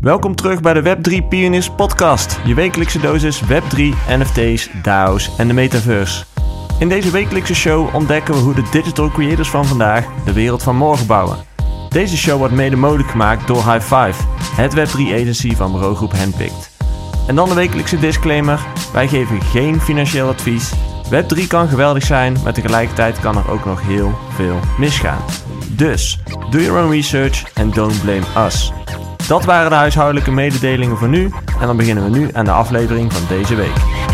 Welkom terug bij de Web3 Pioniers podcast, je wekelijkse dosis Web3, NFT's, DAO's en de metaverse. In deze wekelijkse show ontdekken we hoe de digital creators van vandaag de wereld van morgen bouwen. Deze show wordt mede mogelijk gemaakt door High Five, het Web3 agency van bureaugroep Handpicked. En dan de wekelijkse disclaimer, wij geven geen financieel advies. Web3 kan geweldig zijn, maar tegelijkertijd kan er ook nog heel veel misgaan. Dus, do your own research and don't blame us. Dat waren de huishoudelijke mededelingen voor nu en dan beginnen we nu aan de aflevering van deze week.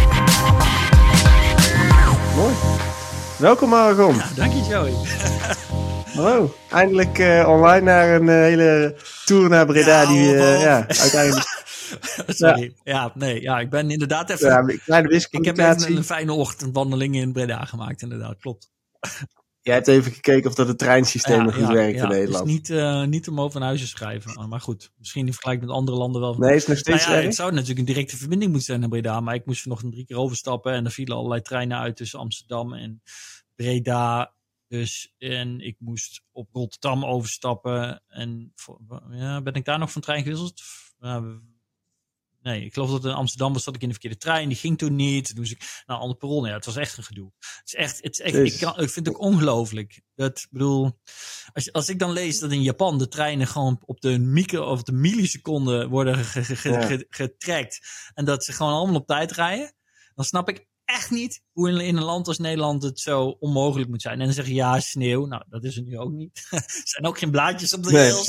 Mooi. Welkom Margon. Ja, dank je Joey. Hallo. Eindelijk online naar een hele tour naar Breda uiteindelijk... Sorry. Ja, ik ben inderdaad even... Ik heb even een fijne ochtendwandeling in Breda gemaakt, inderdaad, klopt. Jij hebt even gekeken of dat het treinsysteem nog goed werkt in Nederland. Dus niet om over naar huis te schrijven. Maar goed, misschien in vergelijking met andere landen wel. Nee, is nog steeds erg. Het zou natuurlijk een directe verbinding moeten zijn naar Breda. Maar ik moest vanochtend 3 keer overstappen. En er vielen allerlei treinen uit tussen Amsterdam en Breda. En ik moest op Rotterdam overstappen. En ben ik daar nog van trein gewisseld? Nee, ik geloof dat in Amsterdam was dat ik in de verkeerde trein. Die ging toen niet. Toen moest ik naar een ander perron. Ja, het was echt een gedoe. Ik vind het ook ongelooflijk. Als ik dan lees dat in Japan de treinen gewoon op de milliseconde worden getrackt. En dat ze gewoon allemaal op tijd rijden. Dan snap ik echt niet hoe in een land als Nederland het zo onmogelijk moet zijn. En dan zeggen ja, sneeuw. Nou, dat is er nu ook niet. Er zijn ook geen blaadjes op de rails.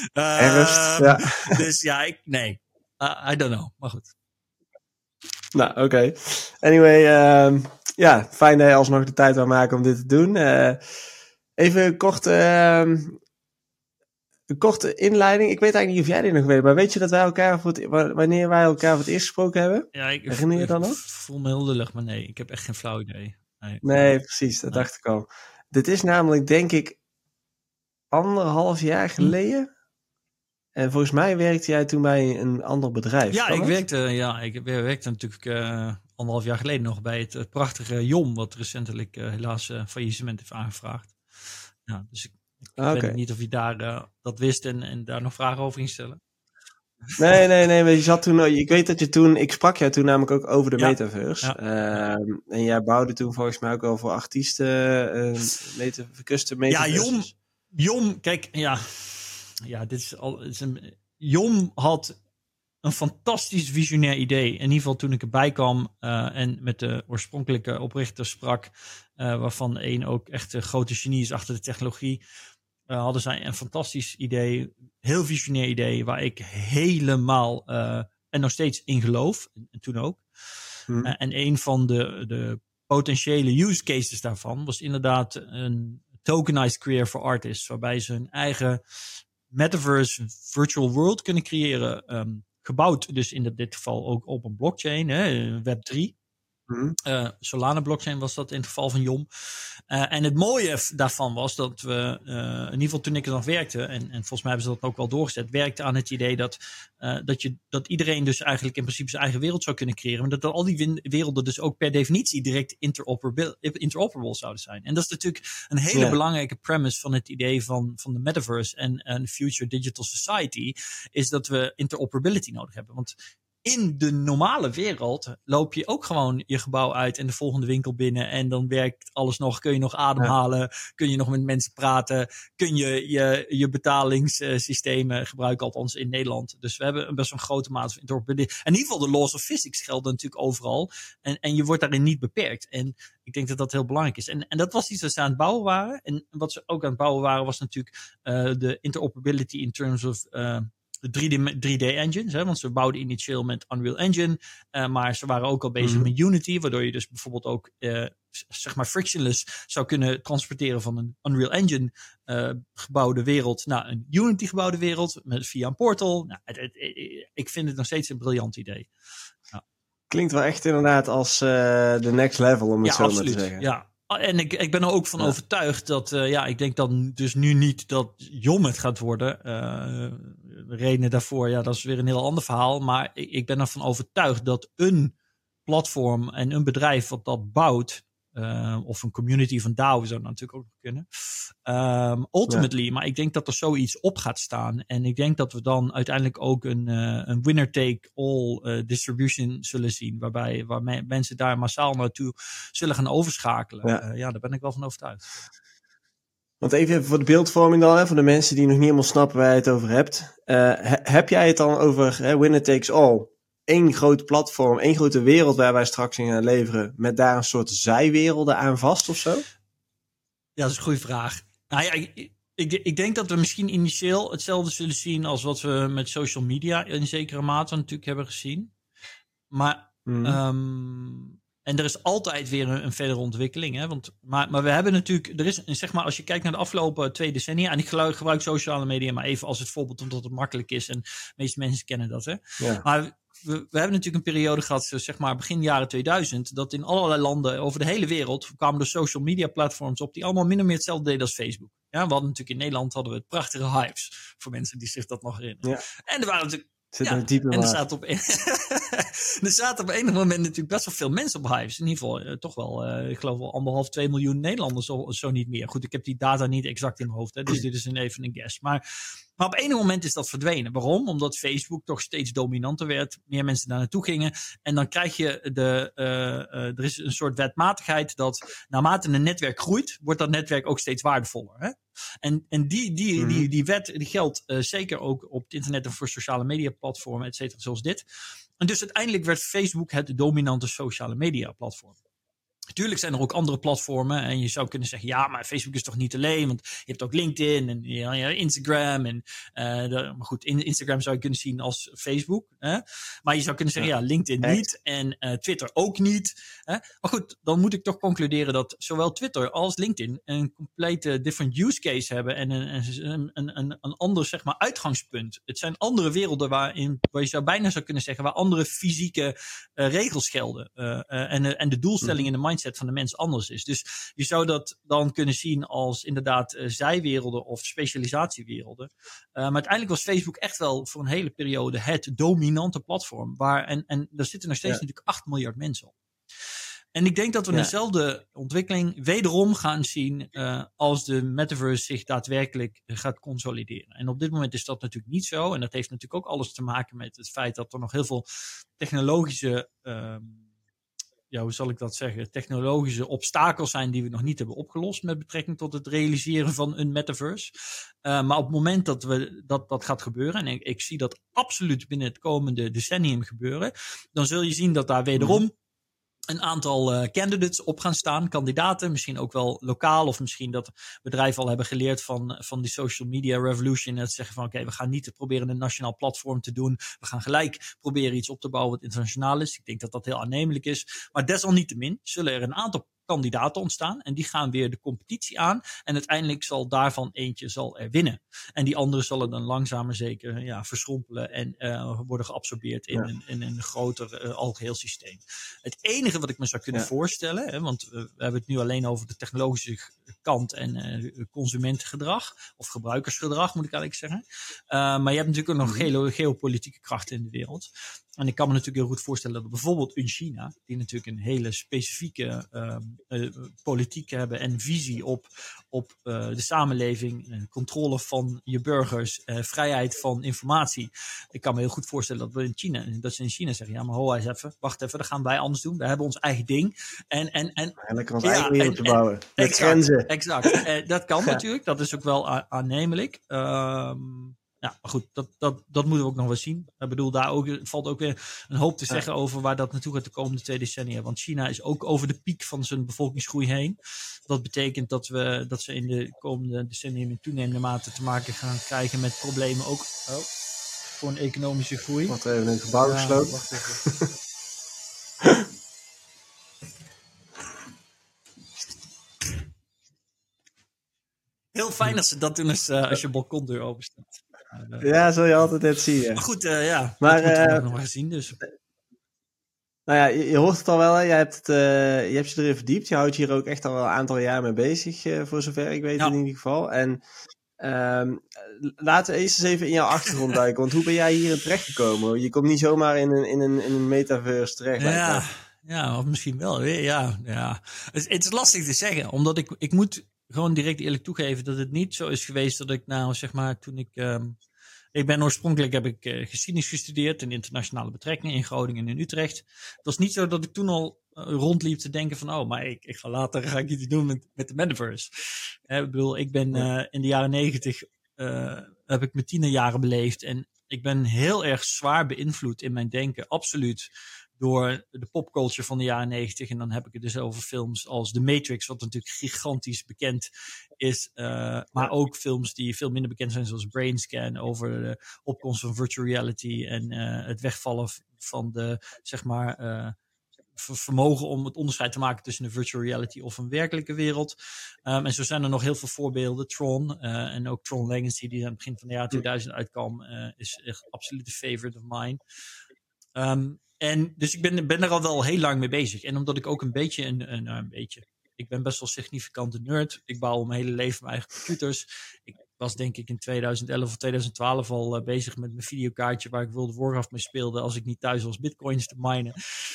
Dus ja, nee. I don't know, maar goed. Nou, oké. Anyway, fijn dat je alsnog de tijd wil maken om dit te doen. Even een korte inleiding. Ik weet eigenlijk niet of jij dit nog weet, maar weet je dat wanneer wij elkaar voor het eerst gesproken hebben? Ja, herinner je dat nog? Ik voel me heel lullig, maar nee, ik heb echt geen flauw idee. Nee, precies, dat dacht ik al. Dit is namelijk, denk ik, 1,5 jaar geleden. En volgens mij werkte jij toen bij een ander bedrijf. Ja, ik werkte natuurlijk 1,5 jaar geleden nog bij het prachtige JOM, wat recentelijk helaas faillissement heeft aangevraagd. Ja, dus ik weet niet of je daar dat wist en daar nog vragen over ging stellen. Nee, maar je zat toen, ik weet dat je toen, ik sprak jou toen namelijk ook over de metaverse. Ja. En jij bouwde toen volgens mij ook wel voor artiesten custom metaverses. Ja, JOM, kijk, JOM had een fantastisch visionair idee. In ieder geval toen ik erbij kwam en met de oorspronkelijke oprichter sprak, waarvan één ook echt een grote genie is achter de technologie, hadden zij een fantastisch idee, heel visionair idee, waar ik helemaal en nog steeds in geloof, en toen ook. En een van de potentiële use cases daarvan was inderdaad een tokenized career for artists, waarbij ze hun eigen metaverse virtual world kunnen creëren. Gebouwd dus in dit geval ook op een blockchain, Web3. Solana blockchain was dat in het geval van JOM. En het mooie daarvan was dat we, in ieder geval toen ik er nog werkte, en volgens mij hebben ze dat ook wel doorgezet, werkte aan het idee dat iedereen dus eigenlijk in principe zijn eigen wereld zou kunnen creëren. Maar dat al die werelden dus ook per definitie direct interoperable zouden zijn. En dat is natuurlijk een hele belangrijke premise van het idee van de metaverse en future digital society, is dat we interoperability nodig hebben. Want in de normale wereld loop je ook gewoon je gebouw uit en de volgende winkel binnen en dan werkt alles nog. Kun je nog ademhalen? Kun je nog met mensen praten? Kun je betalingssystemen gebruiken, althans in Nederland. Dus we hebben best een grote mate van interoperability. En in ieder geval de laws of physics gelden natuurlijk overal. En je wordt daarin niet beperkt. En ik denk dat dat heel belangrijk is. En dat was iets wat ze aan het bouwen waren. En wat ze ook aan het bouwen waren was natuurlijk de interoperability in terms of de 3D-engines, want ze bouwden initieel met Unreal Engine, maar ze waren ook al bezig met Unity, waardoor je dus bijvoorbeeld ook frictionless zou kunnen transporteren van een Unreal Engine gebouwde wereld naar een Unity gebouwde wereld via een portal. Nou, ik vind het nog steeds een briljant idee. Ja. Klinkt wel echt inderdaad als de next level, om het zo maar te zeggen. Ja. En ik ben er ook van overtuigd dat, ik denk dan dus nu niet dat JOM het gaat worden. De redenen daarvoor, dat is weer een heel ander verhaal. Maar ik ben ervan overtuigd dat een platform en een bedrijf wat dat bouwt, Of een community van DAO zou natuurlijk ook nog kunnen. Ultimately, maar ik denk dat er zoiets op gaat staan. En ik denk dat we dan uiteindelijk ook een winner-take-all distribution zullen zien. Waar mensen daar massaal naartoe zullen gaan overschakelen. Daar ben ik wel van overtuigd. Want even voor de beeldvorming dan, voor de mensen die nog niet helemaal snappen waar je het over hebt. Heb jij het dan over winner takes all? Eén groot platform, één grote wereld waar wij straks in gaan leveren, met daar een soort zijwerelden aan vast of zo? Ja, dat is een goede vraag. Nou ja, ik denk dat we misschien initieel hetzelfde zullen zien als wat we met social media in zekere mate natuurlijk hebben gezien. Maar en er is altijd weer een verdere ontwikkeling. Hè? Maar we hebben natuurlijk... Er is, zeg maar, als je kijkt naar de afgelopen 2 decennia... en ik gebruik sociale media maar even als het voorbeeld... omdat het makkelijk is en de meeste mensen kennen dat. Hè? Ja. Maar we hebben natuurlijk een periode gehad... zeg maar begin jaren 2000... dat in allerlei landen over de hele wereld... kwamen er social media platforms op... die allemaal min of meer hetzelfde deden als Facebook. Ja, we hadden natuurlijk in Nederland... hadden we het prachtige Hives... voor mensen die zich dat nog herinneren. Ja. En er waren natuurlijk... en er zaten op enig moment natuurlijk best wel veel mensen op Hives. In ieder geval toch wel, ik geloof wel 1,5-2 miljoen Nederlanders zo niet meer. Goed, ik heb die data niet exact in mijn hoofd, hè, dus dit is even een guess. Maar op enig moment is dat verdwenen. Waarom? Omdat Facebook toch steeds dominanter werd. Meer mensen daar naartoe gingen. En dan krijg je er is een soort wetmatigheid dat naarmate een netwerk groeit, wordt dat netwerk ook steeds waardevoller. Hè? En die wet die geldt zeker ook op het internet en voor sociale media platformen, et cetera, zoals dit. En dus uiteindelijk werd Facebook het dominante sociale media platform. Natuurlijk zijn er ook andere platformen en je zou kunnen zeggen, ja, maar Facebook is toch niet alleen, want je hebt ook LinkedIn en Instagram. Maar goed, Instagram zou je kunnen zien als Facebook. Hè? Maar je zou kunnen zeggen, ja, LinkedIn niet en Twitter ook niet. Hè? Maar goed, dan moet ik toch concluderen dat zowel Twitter als LinkedIn een complete different use case hebben en een ander, zeg maar, uitgangspunt. Het zijn andere werelden waar je zou bijna zou kunnen zeggen, waar andere fysieke regels gelden. En de doelstelling in de mindset van de mens anders is. Dus je zou dat dan kunnen zien als inderdaad zijwerelden of specialisatiewerelden. Maar uiteindelijk was Facebook echt wel voor een hele periode het dominante platform. En daar zitten nog steeds natuurlijk 8 miljard mensen op. En ik denk dat we dezelfde ontwikkeling wederom gaan zien als de metaverse zich daadwerkelijk gaat consolideren. En op dit moment is dat natuurlijk niet zo. En dat heeft natuurlijk ook alles te maken met het feit dat er nog heel veel technologische hoe zal ik dat zeggen, technologische obstakels zijn die we nog niet hebben opgelost met betrekking tot het realiseren van een metaverse. Maar op het moment dat dat gaat gebeuren, en ik zie dat absoluut binnen het komende decennium gebeuren, dan zul je zien dat daar wederom een aantal candidates op gaan staan, kandidaten, misschien ook wel lokaal, of misschien dat bedrijven al hebben geleerd van die social media revolution, en zeggen van oké, we gaan niet proberen een nationaal platform te doen, we gaan gelijk proberen iets op te bouwen wat internationaal is. Ik denk dat dat heel aannemelijk is, maar desalniettemin zullen er een aantal kandidaten ontstaan en die gaan weer de competitie aan en uiteindelijk zal daarvan eentje zal er winnen. En die anderen zullen dan langzaam maar zeker verschrompelen en worden geabsorbeerd in een groter algeheel systeem. Het enige wat ik me zou kunnen voorstellen, hè, want we hebben het nu alleen over de technologische kant en consumentengedrag of gebruikersgedrag moet ik eigenlijk zeggen. Maar je hebt natuurlijk ook nog geopolitieke krachten in de wereld. En ik kan me natuurlijk heel goed voorstellen dat bijvoorbeeld in China, die natuurlijk een hele specifieke politiek hebben en visie op de samenleving, controle van je burgers, vrijheid van informatie. Ik kan me heel goed voorstellen dat ze in China zeggen, ja maar ho eens even, wacht even, dat gaan wij anders doen. We hebben ons eigen ding. En lekker ons eigen wereld te bouwen. Met grenzen. Exact. Dat kan natuurlijk. Dat is ook wel aannemelijk. Ja, maar goed, dat moeten we ook nog wel zien. Ik bedoel, valt ook weer een hoop te zeggen over waar dat naartoe gaat de komende 2 decennia. Want China is ook over de piek van zijn bevolkingsgroei heen. Dat betekent dat ze in de komende decennia in toenemende mate te maken gaan krijgen met problemen ook voor een economische groei. Wordt er even een gebouw gesloten. Wacht even. Heel fijn als ze dat doen als je balkondeur open staat. Ja, zul je altijd net zien. Maar goed, maar, dat moeten we nog maar zien. Dus. Nou ja, je hoort het al wel. Hè? Je hebt je erin verdiept. Je houdt hier ook echt al wel een aantal jaar mee bezig, voor zover ik weet in ieder geval. En laten we eerst eens even in jouw achtergrond duiken. Want hoe ben jij hierin terechtgekomen? Je komt niet zomaar in een metaverse terecht. Ja, of misschien wel. Ja. Het is lastig te zeggen, omdat ik moet gewoon direct eerlijk toegeven dat het niet zo is geweest dat ik nou, zeg maar, toen ik ben oorspronkelijk heb ik geschiedenis gestudeerd en internationale betrekkingen in Groningen en in Utrecht. Het was niet zo dat ik toen al rondliep te denken van, maar ik ga later ga ik iets doen met de metaverse. Ik bedoel, ik ben in de jaren 90 heb ik mijn tienerjaren beleefd en ik ben heel erg zwaar beïnvloed in mijn denken, absoluut, door de popculture van de jaren 90. En dan heb ik het dus over films als The Matrix, wat natuurlijk gigantisch bekend is. Maar ook films die veel minder bekend zijn, zoals Brainscan, over de opkomst van virtual reality en het wegvallen van de, zeg maar, vermogen om het onderscheid te maken tussen een virtual reality of een werkelijke wereld. En zo zijn er nog heel veel voorbeelden. Tron en ook Tron Legacy, die aan het begin van de jaren 2000 uitkwam, is echt absoluut een favorite of mine. En dus ik ben er al wel heel lang mee bezig. En omdat ik ook een beetje, ik ben best wel significante nerd. Ik bouw al mijn hele leven mijn eigen computers. Ik was denk ik in 2011 of 2012 al bezig met mijn videokaartje waar ik World of Warcraft mee speelde als ik niet thuis was bitcoins te minen.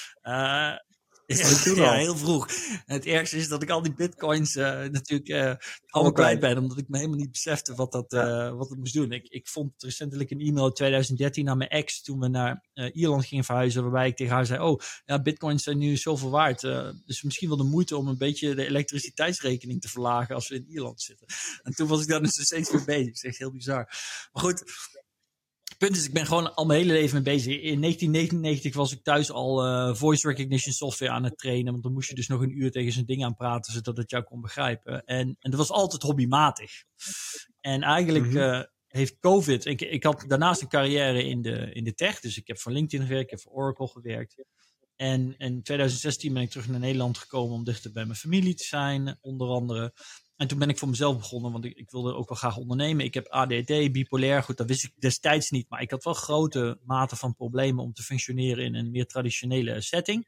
Ja, heel vroeg. Het ergste is dat ik al die bitcoins natuurlijk allemaal kwijt ben, omdat ik me helemaal niet besefte wat het moest doen. Ik vond recentelijk een e-mail in 2013 naar mijn ex toen we naar Ierland gingen verhuizen, waarbij ik tegen haar zei, bitcoins zijn nu zoveel waard. Dus misschien wel de moeite om een beetje de elektriciteitsrekening te verlagen als we in Ierland zitten. En toen was ik daar dus steeds weer bezig. Dat is echt heel bizar. Maar goed, punt is, ik ben gewoon al mijn hele leven mee bezig. In 1999 was ik thuis al voice recognition software aan het trainen. Want dan moest je dus nog een uur tegen zo'n ding aan praten, zodat het jou kon begrijpen. En dat was altijd hobbymatig. En eigenlijk heeft COVID... Ik had daarnaast een carrière in de tech. Dus ik heb voor LinkedIn gewerkt, ik heb voor Oracle gewerkt. En in 2016 ben ik terug naar Nederland gekomen om dichter bij mijn familie te zijn, onder andere. En toen ben ik voor mezelf begonnen, want ik wilde ook wel graag ondernemen. Ik heb ADHD, bipolair, goed, dat wist ik destijds niet. Maar ik had wel grote mate van problemen om te functioneren in een meer traditionele setting.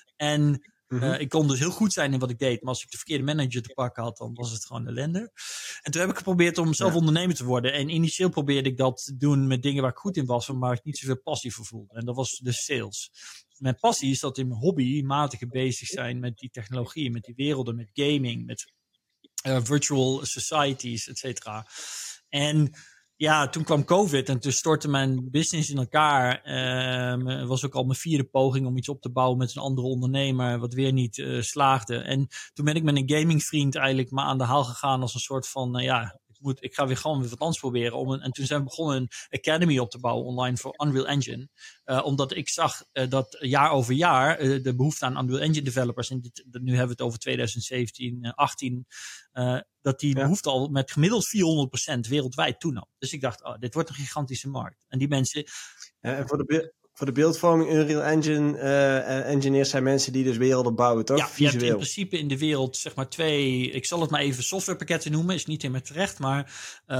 En ik kon dus heel goed zijn in wat ik deed. Maar als ik de verkeerde manager te pakken had, dan was het gewoon ellende. En toen heb ik geprobeerd om zelf ondernemer te worden. En initieel probeerde ik dat te doen met dingen waar ik goed in was, maar waar ik niet zoveel passie voor voelde. En dat was de sales. Mijn passie is dat in mijn hobby matige bezig zijn met die technologie, met die werelden, met gaming, met virtual societies, et cetera. En ja, toen kwam COVID en toen stortte mijn business in elkaar. Was ook al mijn 4e poging om iets op te bouwen met een andere ondernemer, wat weer niet slaagde. En toen ben ik met een gamingvriend eigenlijk maar aan de haal gegaan als een soort van, ik ga weer gewoon weer wat anders proberen. En toen zijn we begonnen een academy op te bouwen online voor Unreal Engine. Omdat ik zag dat jaar over jaar de behoefte aan Unreal Engine developers, en nu hebben we het over 2017, 18, dat die behoefte al met gemiddeld 400% wereldwijd toenam. Dus ik dacht, dit wordt een gigantische markt. En die mensen... En voor de beeldvorming, Unreal Engine engineers zijn mensen die dus werelden bouwen, toch? Ja, je hebt in principe in de wereld, zeg maar 2, ik zal het maar even softwarepakketten noemen, is niet helemaal terecht, maar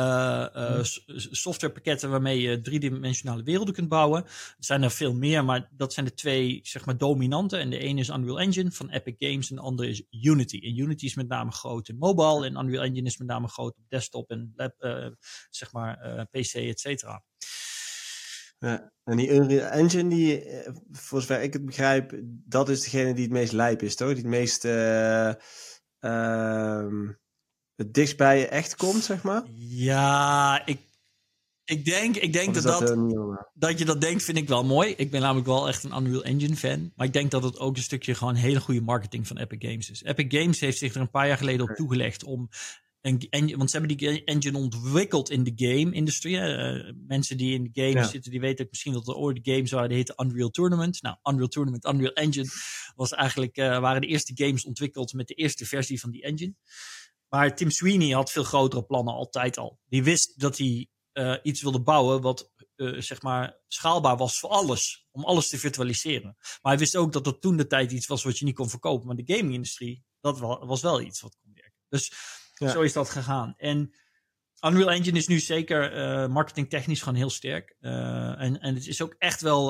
softwarepakketten waarmee je 3-dimensionale werelden kunt bouwen. Er zijn er veel meer, maar dat zijn de 2, zeg maar, dominante. En de ene is Unreal Engine van Epic Games en de andere is Unity. En Unity is met name groot in mobile en Unreal Engine is met name groot op desktop en PC, et cetera. Ja, en die Unreal Engine, die, voor zover ik het begrijp, dat is degene die het meest lijp is, toch? Die het meest het dichtst bij je echt komt, zeg maar? Ja, ik denk dat je dat denkt, vind ik wel mooi. Ik ben namelijk wel echt een Unreal Engine fan. Maar ik denk dat het ook een stukje gewoon hele goede marketing van Epic Games is. Epic Games heeft zich er een paar jaar geleden op toegelegd om... want ze hebben die engine ontwikkeld in de game-industrie. Mensen die in de game zitten, die weten misschien dat er ooit de games waren, die heette Unreal Tournament. Nou, Unreal Tournament, Unreal Engine was eigenlijk, waren de eerste games ontwikkeld met de eerste versie van die engine. Maar Tim Sweeney had veel grotere plannen altijd al. Die wist dat hij iets wilde bouwen wat zeg maar schaalbaar was voor alles. Om alles te virtualiseren. Maar hij wist ook dat dat toen de tijd iets was wat je niet kon verkopen. Maar de gaming-industrie, dat was wel iets wat kon werken. Dus zo is dat gegaan. En Unreal Engine is nu zeker marketingtechnisch gewoon heel sterk. En het is ook echt wel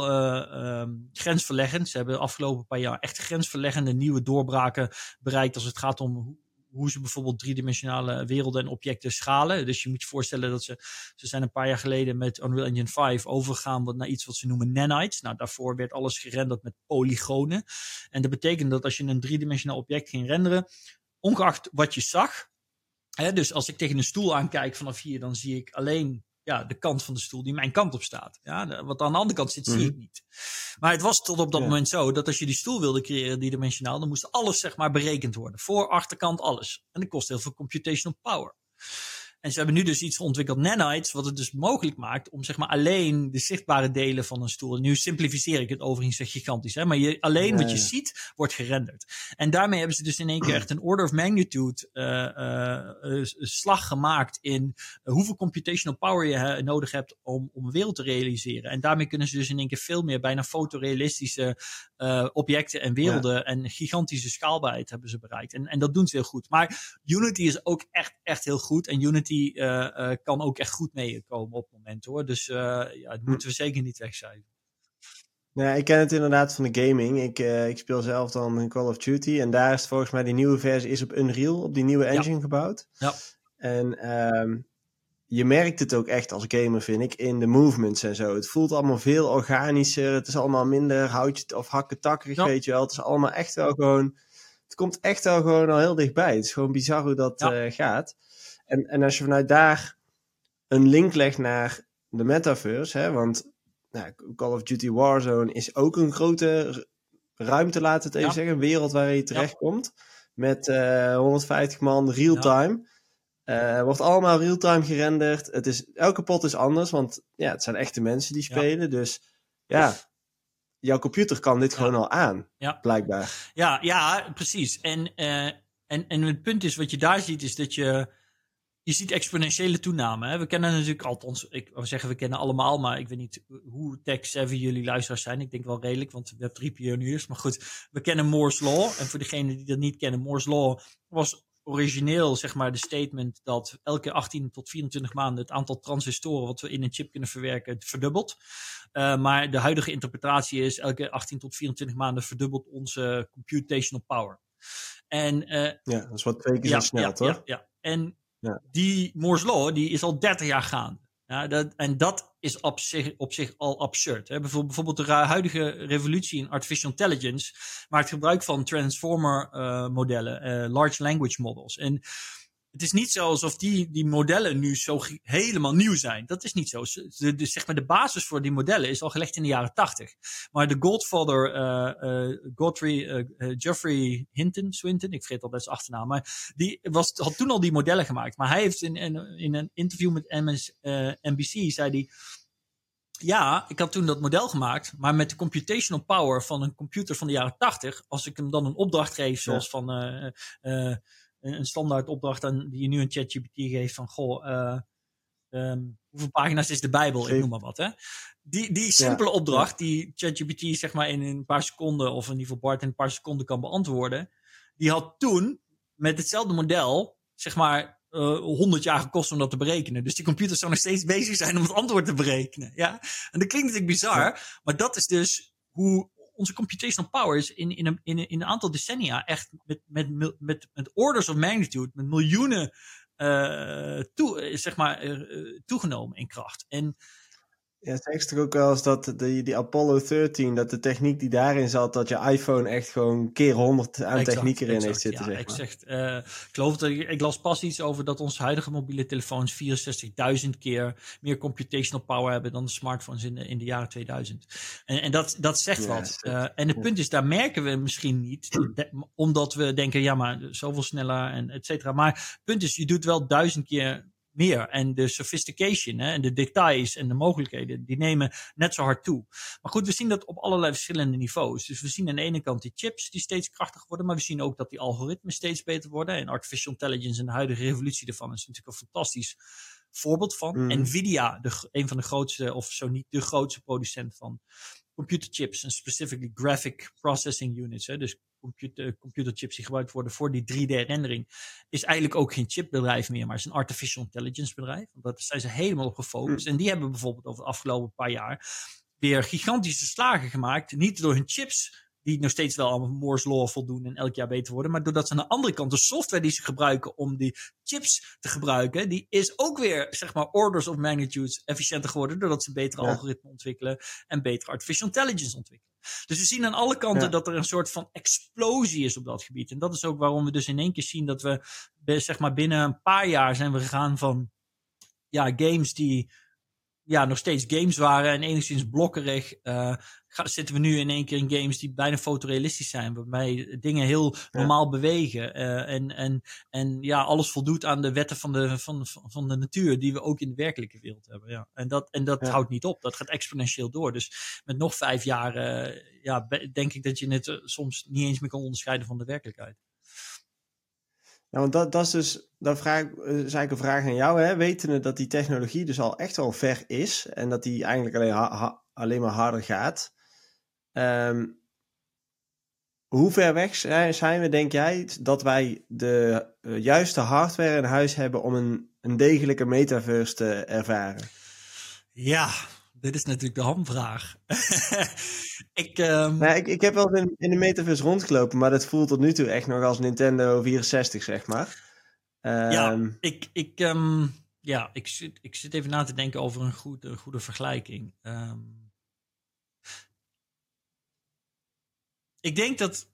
grensverleggend. Ze hebben de afgelopen paar jaar echt grensverleggende nieuwe doorbraken bereikt als het gaat om hoe ze bijvoorbeeld driedimensionale werelden en objecten schalen. Dus je moet je voorstellen dat ze zijn een paar jaar geleden met Unreal Engine 5 overgegaan naar iets wat ze noemen nanites. Nou, daarvoor werd alles gerenderd met polygonen. En dat betekent dat als je een driedimensionaal object ging renderen, ongeacht wat je zag, dus als ik tegen een stoel aankijk vanaf hier, dan zie ik alleen de kant van de stoel die mijn kant op staat. Ja, wat aan de andere kant zit, zie ik niet. Maar het was tot op dat moment zo dat als je die stoel wilde creëren driedimensionaal, dan moest alles zeg maar berekend worden. Voor, achterkant, alles. En dat kost heel veel computational power. En ze hebben nu dus iets ontwikkeld, nanites, wat het dus mogelijk maakt om zeg maar alleen de zichtbare delen van een stoel. En nu simplificeer ik het overigens gigantisch, maar alleen wat je ziet wordt gerenderd. En daarmee hebben ze dus in één keer echt een order of magnitude slag gemaakt in hoeveel computational power je nodig hebt om een wereld te realiseren. En daarmee kunnen ze dus in één keer veel meer bijna fotorealistische objecten en werelden en gigantische schaalbaarheid hebben ze bereikt. En dat doen ze heel goed. Maar Unity is ook echt heel goed. En Unity kan ook echt goed meekomen op het moment, hoor. Dus dat moeten we zeker niet wegcijferen. Nou, ik ken het inderdaad van de gaming. Ik speel zelf dan Call of Duty. En daar is het volgens mij die nieuwe versie is op Unreal, op die nieuwe engine gebouwd. Ja. En je merkt het ook echt als gamer, vind ik, in de movements en zo. Het voelt allemaal veel organischer. Het is allemaal minder houtje of hakketakkerig, weet je wel. Het is allemaal echt wel gewoon... Het komt echt wel gewoon al heel dichtbij. Het is gewoon bizar hoe dat gaat. En als je vanuit daar een link legt naar de metaverse, want Call of Duty Warzone is ook een grote ruimte, laten we het even zeggen, een wereld waar je terechtkomt. Met 150 man real-time. Wordt allemaal real-time gerenderd. Elke pot is anders, want het zijn echte mensen die spelen. Dus jouw computer kan dit gewoon al aan, blijkbaar. Ja, precies. En het punt is, wat je daar ziet, is dat je ziet exponentiële toename. Hè? We kennen natuurlijk, althans, ik wil zeggen we kennen allemaal, maar ik weet niet hoe tech-savvy jullie luisteraars zijn. Ik denk wel redelijk, want we hebben 3 pioniers. Maar goed, we kennen Moore's Law. En voor degenen die dat niet kennen, Moore's Law was origineel zeg maar de statement dat elke 18 tot 24 maanden het aantal transistoren wat we in een chip kunnen verwerken verdubbelt. Maar de huidige interpretatie is elke 18 tot 24 maanden verdubbelt onze computational power. En, dat is wat 2 keer zo snel, toch? Ja. En die Moore's Law die is al 30 jaar gaande. Ja, dat is op zich al absurd. Hè? Bijvoorbeeld de huidige revolutie in artificial intelligence maakt gebruik van transformer modellen, large language models. En het is niet zo alsof die modellen nu zo helemaal nieuw zijn. Dat is niet zo. Zeg maar de basis voor die modellen is al gelegd in de jaren 80. Maar de Godfather, Geoffrey Swinton, ik vergeet altijd zijn achternaam, maar die had toen al die modellen gemaakt. Maar hij heeft in een interview met NBC, zei hij, ja, ik had toen dat model gemaakt, maar met de computational power van een computer van de jaren 80, als ik hem dan een opdracht geef, zoals van een standaard opdracht die je nu een ChatGPT geeft van, hoeveel pagina's is de Bijbel? Ik noem maar wat, hè. Die simpele opdracht die ChatGPT zeg maar in een paar seconden, of in ieder geval Bart in een paar seconden kan beantwoorden, die had toen met hetzelfde model zeg maar 100 jaar gekost om dat te berekenen. Dus die computers zou nog steeds bezig zijn om het antwoord te berekenen. Ja? En dat klinkt natuurlijk bizar, maar dat is dus hoe onze computational power is in een aantal decennia echt met orders of magnitude, met miljoenen toegenomen in kracht. En het zegt toch ook wel eens dat die Apollo 13, dat de techniek die daarin zat, dat je iPhone echt gewoon keer 100 aan techniek erin heeft zitten. Ja, zeg maar. Ik geloof dat ik las pas iets over dat onze huidige mobiele telefoons 64.000 keer meer computational power hebben dan de smartphones in de jaren 2000. En dat zegt wat. En het punt is, daar merken we misschien niet, omdat we denken, ja, maar zoveel sneller en et cetera. Maar het punt is, je doet wel 1000 keer meer. En de sophistication en de details en de mogelijkheden, die nemen net zo hard toe. Maar goed, we zien dat op allerlei verschillende niveaus. Dus we zien aan de ene kant die chips die steeds krachtiger worden, maar we zien ook dat die algoritmes steeds beter worden. En artificial intelligence en de huidige revolutie daarvan is natuurlijk een fantastisch voorbeeld van. Nvidia, een van de grootste, of zo niet de grootste producent van computerchips en specifically graphic processing units, dus computerchips die gebruikt worden voor die 3D-rendering, is eigenlijk ook geen chipbedrijf meer, maar is een artificial intelligence bedrijf. Want daar zijn ze helemaal op gefocust. En die hebben bijvoorbeeld over de afgelopen paar jaar weer gigantische slagen gemaakt. Niet door hun chips die nog steeds wel allemaal Moore's Law voldoen en elk jaar beter worden. Maar doordat ze aan de andere kant de software die ze gebruiken om die chips te gebruiken, die is ook weer, zeg maar, orders of magnitudes efficiënter geworden, doordat ze betere algoritmen ontwikkelen en betere artificial intelligence ontwikkelen. Dus we zien aan alle kanten dat er een soort van explosie is op dat gebied. En dat is ook waarom we dus in één keer zien dat we, zeg maar, binnen een paar jaar zijn we gegaan van games die nog steeds games waren en enigszins blokkerig. Zitten we nu in één keer in games die bijna fotorealistisch zijn, waarbij dingen heel normaal bewegen. En alles voldoet aan de wetten van de natuur die we ook in de werkelijke wereld hebben. Ja. En dat houdt niet op. Dat gaat exponentieel door. Dus met nog 5 jaar denk ik dat je het soms niet eens meer kan onderscheiden van de werkelijkheid. Ja, want dat is dus, is eigenlijk een vraag aan jou, hè? Wetende dat die technologie dus al echt al ver is en dat die eigenlijk alleen maar harder gaat. Hoe ver weg zijn we, denk jij, dat wij de juiste hardware in huis hebben om een degelijke metaverse te ervaren? Ja, dit is natuurlijk de hamvraag. Ik heb wel in de metaverse rondgelopen, maar dat voelt tot nu toe echt nog als Nintendo 64, zeg maar. Ik zit even na te denken over een goede vergelijking. Ik denk dat...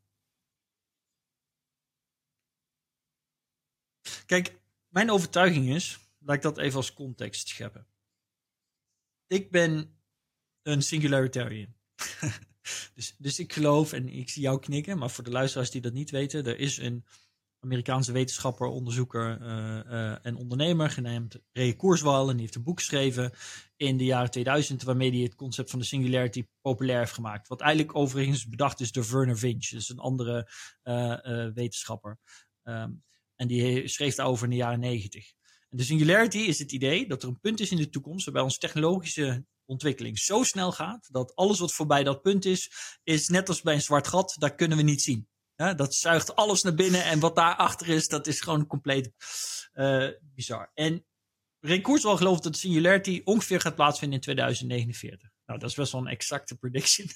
Kijk, mijn overtuiging is, laat ik dat even als context scheppen. Ik ben een singularitarian. dus ik geloof, en ik zie jou knikken, maar voor de luisteraars die dat niet weten, er is een Amerikaanse wetenschapper, onderzoeker en ondernemer genaamd Ray Kurzweil, en die heeft een boek geschreven in de jaren 2000 waarmee hij het concept van de singularity populair heeft gemaakt. Wat eigenlijk overigens bedacht is door Vernor Vinge, dus een andere wetenschapper. En die schreef daarover in de jaren 90. En de singularity is het idee dat er een punt is in de toekomst waarbij onze technologische ontwikkeling zo snel gaat dat alles wat voorbij dat punt is net als bij een zwart gat, dat kunnen we niet zien. Ja, dat zuigt alles naar binnen en wat daarachter is, dat is gewoon compleet bizar. En Ray Kurzweil gelooft dat de singularity ongeveer gaat plaatsvinden in 2049. Nou, dat is best wel een exacte prediction.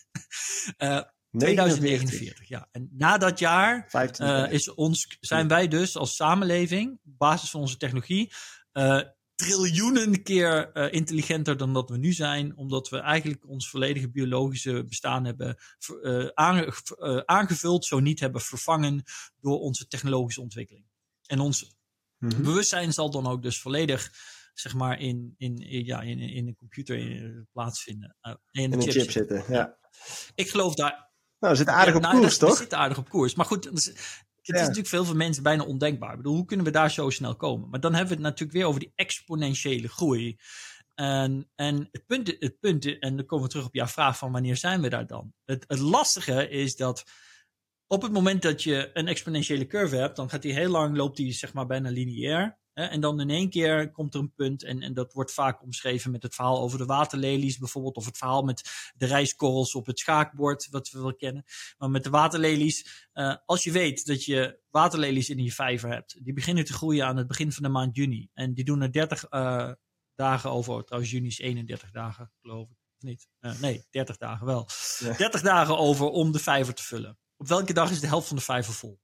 2049, ja. En na dat jaar zijn wij dus als samenleving, op basis van onze technologie, triljoenen keer intelligenter dan dat we nu zijn, omdat we eigenlijk ons volledige biologische bestaan hebben aangevuld, zo niet hebben vervangen door onze technologische ontwikkeling. En ons bewustzijn zal dan ook dus volledig, zeg maar, in een computer plaatsvinden. In een chip zitten, ja. Ik geloof daar... Nou, we zitten aardig op koers, toch? We zitten aardig op koers. Maar goed, het is natuurlijk voor heel veel mensen bijna ondenkbaar. Ik bedoel, hoe kunnen we daar zo snel komen? Maar dan hebben we het natuurlijk weer over die exponentiële groei. En het punt, en dan komen we terug op jouw vraag van wanneer zijn we daar dan? Het lastige is dat op het moment dat je een exponentiële curve hebt, dan gaat die heel lang, loopt die, zeg maar, bijna lineair. En dan in één keer komt er een punt, en dat wordt vaak omschreven met het verhaal over de waterlelies bijvoorbeeld, of het verhaal met de rijstkorrels op het schaakbord, wat we wel kennen. Maar met de waterlelies, als je weet dat je waterlelies in je vijver hebt, die beginnen te groeien aan het begin van de maand juni. En die doen er 30 dagen over. Trouwens, juni is 31 dagen, geloof ik. Niet? Nee, 30 dagen wel. Ja. 30 dagen over om de vijver te vullen. Op welke dag is de helft van de vijver vol?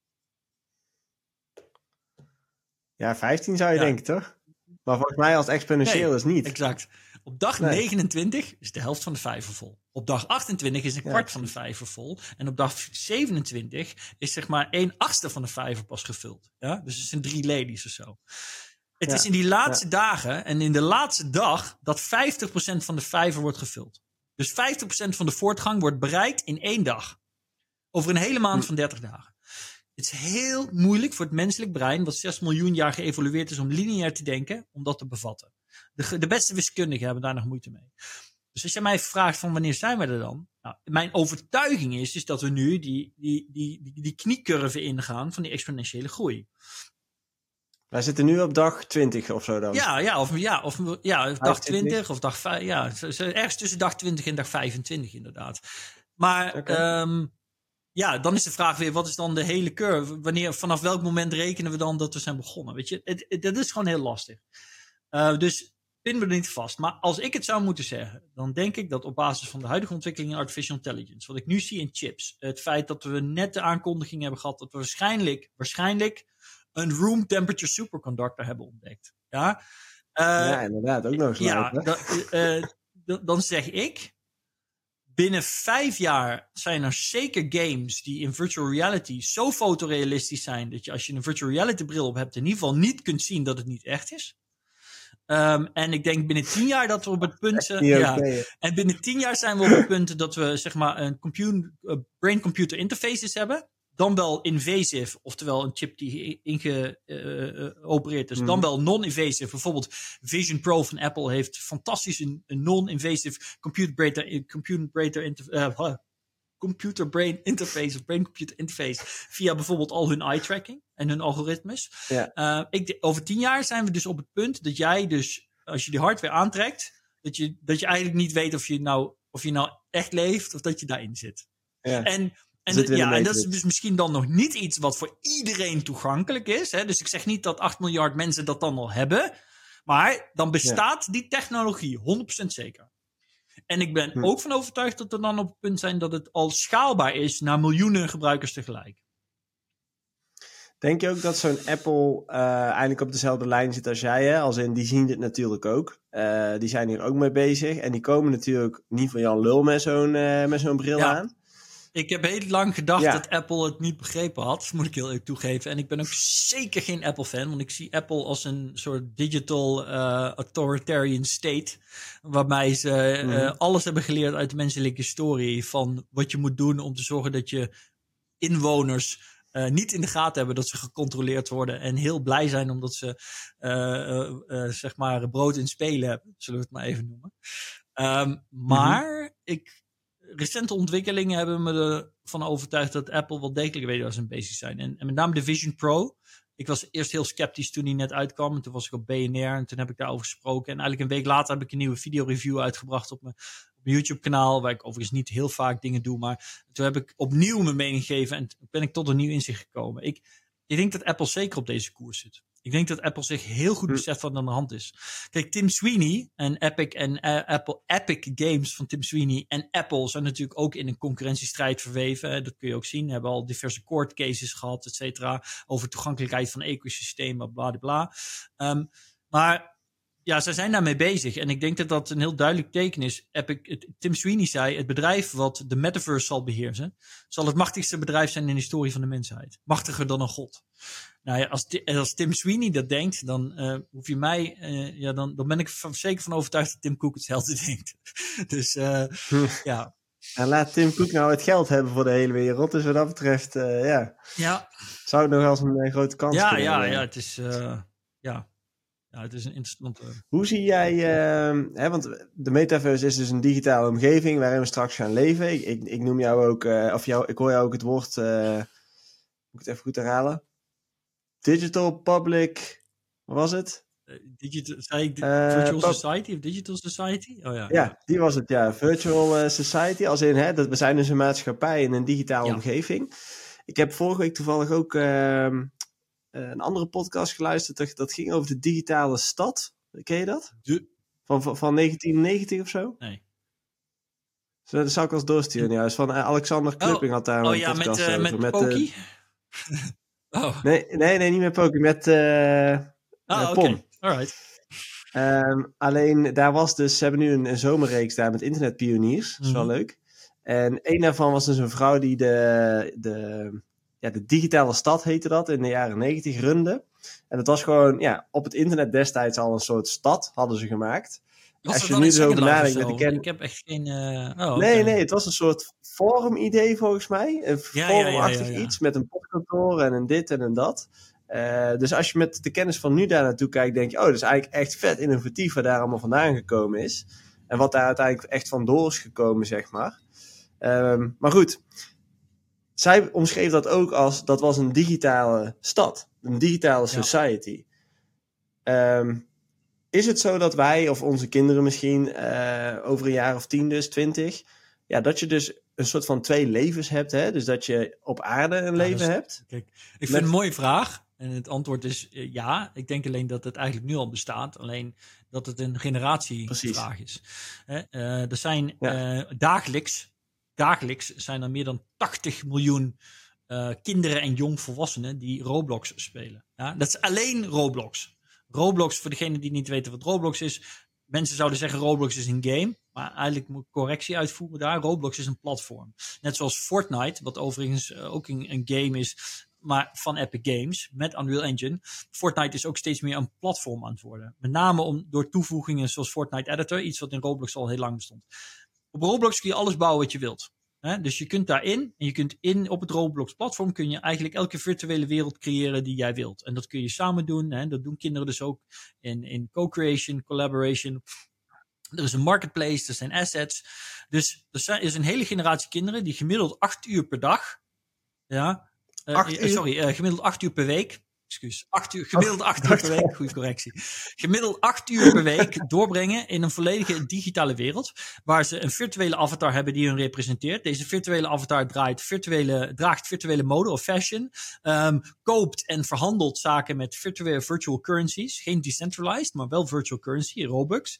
Ja, 15 zou je denken, toch? Maar volgens mij als exponentieel is niet. Exact. Op dag 29 is de helft van de vijver vol. Op dag 28 is een kwart van de vijver vol. En op dag 27 is, zeg maar, 1/8 van de vijver pas gevuld. Ja? Dus het zijn 3 lelies of zo. Het is in die laatste dagen en in de laatste dag dat 50% van de vijver wordt gevuld. Dus 50% van de voortgang wordt bereikt in 1 dag. Over een hele maand van 30 dagen. Het is heel moeilijk voor het menselijk brein, wat 6 miljoen jaar geëvolueerd is om lineair te denken, om dat te bevatten. De beste wiskundigen hebben daar nog moeite mee. Dus als je mij vraagt van wanneer zijn we er dan? Nou, mijn overtuiging is dat we nu die kniecurve ingaan van die exponentiële groei. Wij zitten nu op dag 20 of zo dan. Of dag 20 of dag 5. Ja, ergens tussen dag 20 en dag 25 inderdaad. Maar dan is de vraag weer, wat is dan de hele curve? Vanaf welk moment rekenen we dan dat we zijn begonnen? Weet je, dat is gewoon heel lastig. Dus pin me er niet vast. Maar als ik het zou moeten zeggen, dan denk ik dat op basis van de huidige ontwikkeling in artificial intelligence, wat ik nu zie in chips, het feit dat we net de aankondiging hebben gehad dat we waarschijnlijk een room temperature superconductor hebben ontdekt. Ja, ja inderdaad, ook nog eens dan zeg ik, binnen 5 jaar zijn er zeker games die in virtual reality zo fotorealistisch zijn dat je als je een virtual reality bril op hebt in ieder geval niet kunt zien dat het niet echt is. En ik denk binnen 10 jaar dat we op het punt zijn. En binnen 10 jaar zijn we op het punt dat we zeg maar een brain-computer interfaces hebben. Dan wel invasive, oftewel een chip die ingeopereerd is. Dan wel non-invasive. Bijvoorbeeld Vision Pro van Apple heeft fantastisch een non-invasive computer-brain interface of brain-computer interface via bijvoorbeeld al hun eye tracking en hun algoritmes. Ja. Over 10 jaar zijn we dus op het punt dat jij dus, als je die hardware aantrekt, dat je eigenlijk niet weet of je nou echt leeft of dat je daarin zit. Ja. En dat is dus misschien dan nog niet iets wat voor iedereen toegankelijk is. Hè? Dus ik zeg niet dat 8 miljard mensen dat dan al hebben. Maar dan bestaat die technologie 100% zeker. En ik ben ook van overtuigd dat we dan op het punt zijn dat het al schaalbaar is naar miljoenen gebruikers tegelijk. Denk je ook dat zo'n Apple eigenlijk op dezelfde lijn zit als jij? Hè? Als in, die zien dit natuurlijk ook. Die zijn hier ook mee bezig. En die komen natuurlijk niet van Jan Lul met zo'n bril aan. Ik heb heel lang gedacht dat Apple het niet begrepen had. Moet ik heel eerlijk toegeven. En ik ben ook zeker geen Apple-fan. Want ik zie Apple als een soort digital authoritarian state. Waarbij ze alles hebben geleerd uit de menselijke historie. Van wat je moet doen om te zorgen dat je inwoners niet in de gaten hebben dat ze gecontroleerd worden. En heel blij zijn omdat ze zeg maar brood in spelen hebben. Zullen we het maar even noemen. Maar recente ontwikkelingen hebben me ervan overtuigd dat Apple wel degelijk weet waar ze mee bezig zijn. En met name de Vision Pro. Ik was eerst heel sceptisch toen die net uitkwam. En toen was ik op BNR en toen heb ik daarover gesproken. En eigenlijk een week later heb ik een nieuwe videoreview uitgebracht op mijn YouTube-kanaal. Waar ik overigens niet heel vaak dingen doe. Maar toen heb ik opnieuw mijn mening gegeven. En toen ben ik tot een nieuw inzicht gekomen. Ik denk dat Apple zeker op deze koers zit. Ik denk dat Apple zich heel goed beseft wat aan de hand is. Kijk, Tim Sweeney en Epic Games van Tim Sweeney en Apple zijn natuurlijk ook in een concurrentiestrijd verweven. Dat kun je ook zien. We hebben al diverse court cases gehad, et cetera, over toegankelijkheid van ecosystemen, bla bla bla. Maar ja, zij zijn daarmee bezig. En ik denk dat dat een heel duidelijk teken is. Tim Sweeney zei, het bedrijf wat de metaverse zal beheersen, zal het machtigste bedrijf zijn in de historie van de mensheid. Machtiger dan een god. Nou ja, als Tim Sweeney dat denkt, dan hoef je mij, dan ben ik zeker van overtuigd dat Tim Cook hetzelfde denkt. Dus ja. En laat Tim Cook nou het geld hebben voor de hele wereld. Dus wat dat betreft, zou het nog als een grote kans kunnen. Ja, het is, Ja, het is een interessante. Hoe zie jij, want de metaverse is dus een digitale omgeving waarin we straks gaan leven. Ik noem jou ook, ik hoor jou ook het woord, moet ik het even goed herhalen? Digital Public, wat was het? Virtual Society of Digital Society? Oh, ja, die was het, ja. Virtual Society, als in, dat we zijn dus een maatschappij in een digitale omgeving. Ik heb vorige week toevallig ook een andere podcast geluisterd, dat ging over de digitale stad. Ken je dat? Van 1990 of zo? Nee. Dat zou ik als doorsturen, juist. Van Alexander Klupping had daar een podcast over. Met Poki? Nee, niet met Poki. Met Pom. Okay. Alright. Alleen, daar was dus... Ze hebben nu een zomerreeks daar met internetpioniers. Dat is wel leuk. En een daarvan was dus een vrouw die de digitale stad heette dat, in de jaren 90 runde. En dat was gewoon, op het internet destijds al een soort stad hadden ze gemaakt. Als je nu dus over nadenkt... Ik heb echt geen... Nee, het was een soort forum-idee volgens mij. Een forumachtig iets met een postkantoor en een dit en een dat. Dus als je met de kennis van nu daar naartoe kijkt, denk je, dat is eigenlijk echt vet innovatief waar daar allemaal vandaan gekomen is. En wat daar uiteindelijk echt van door is gekomen, zeg maar. Maar goed, zij omschreef dat ook als, dat was een digitale stad. Een digitale society. Is het zo dat wij, of onze kinderen misschien, over een jaar of 10 dus, 20... dat je dus een soort van 2 levens hebt, hè? Dus dat je op aarde een leven hebt. Kijk, ik vind het een mooie vraag. En het antwoord is ja. Ik denk alleen dat het eigenlijk nu al bestaat. Alleen dat het een generatievraag is. Er zijn dagelijks zijn er meer dan 80 miljoen kinderen en jongvolwassenen die Roblox spelen. Ja? Dat is alleen Roblox. Roblox, voor degenen die niet weten wat Roblox is. Mensen zouden zeggen Roblox is een game. Maar eigenlijk moet ik correctie uitvoeren daar. Roblox is een platform. Net zoals Fortnite, wat overigens ook een game is, maar van Epic Games met Unreal Engine. Fortnite is ook steeds meer een platform aan het worden. Met name door toevoegingen zoals Fortnite Editor. Iets wat in Roblox al heel lang bestond. Op Roblox kun je alles bouwen wat je wilt. Dus je kunt daarin, en je kunt op het Roblox platform kun je eigenlijk elke virtuele wereld creëren die jij wilt. En dat kun je samen doen. Dat doen kinderen dus ook in co-creation, collaboration. Er is een marketplace, er zijn assets. Dus er is een hele generatie kinderen die gemiddeld 8 uur per dag. Gemiddeld 8 uur per week. Gemiddeld 8 uur per week. Goeie correctie. Gemiddeld 8 uur per week doorbrengen in een volledige digitale wereld. Waar ze een virtuele avatar hebben die hun representeert. Deze virtuele avatar draagt virtuele mode of fashion. Koopt en verhandelt zaken met virtual currencies. Geen decentralized, maar wel virtual currency, Robux.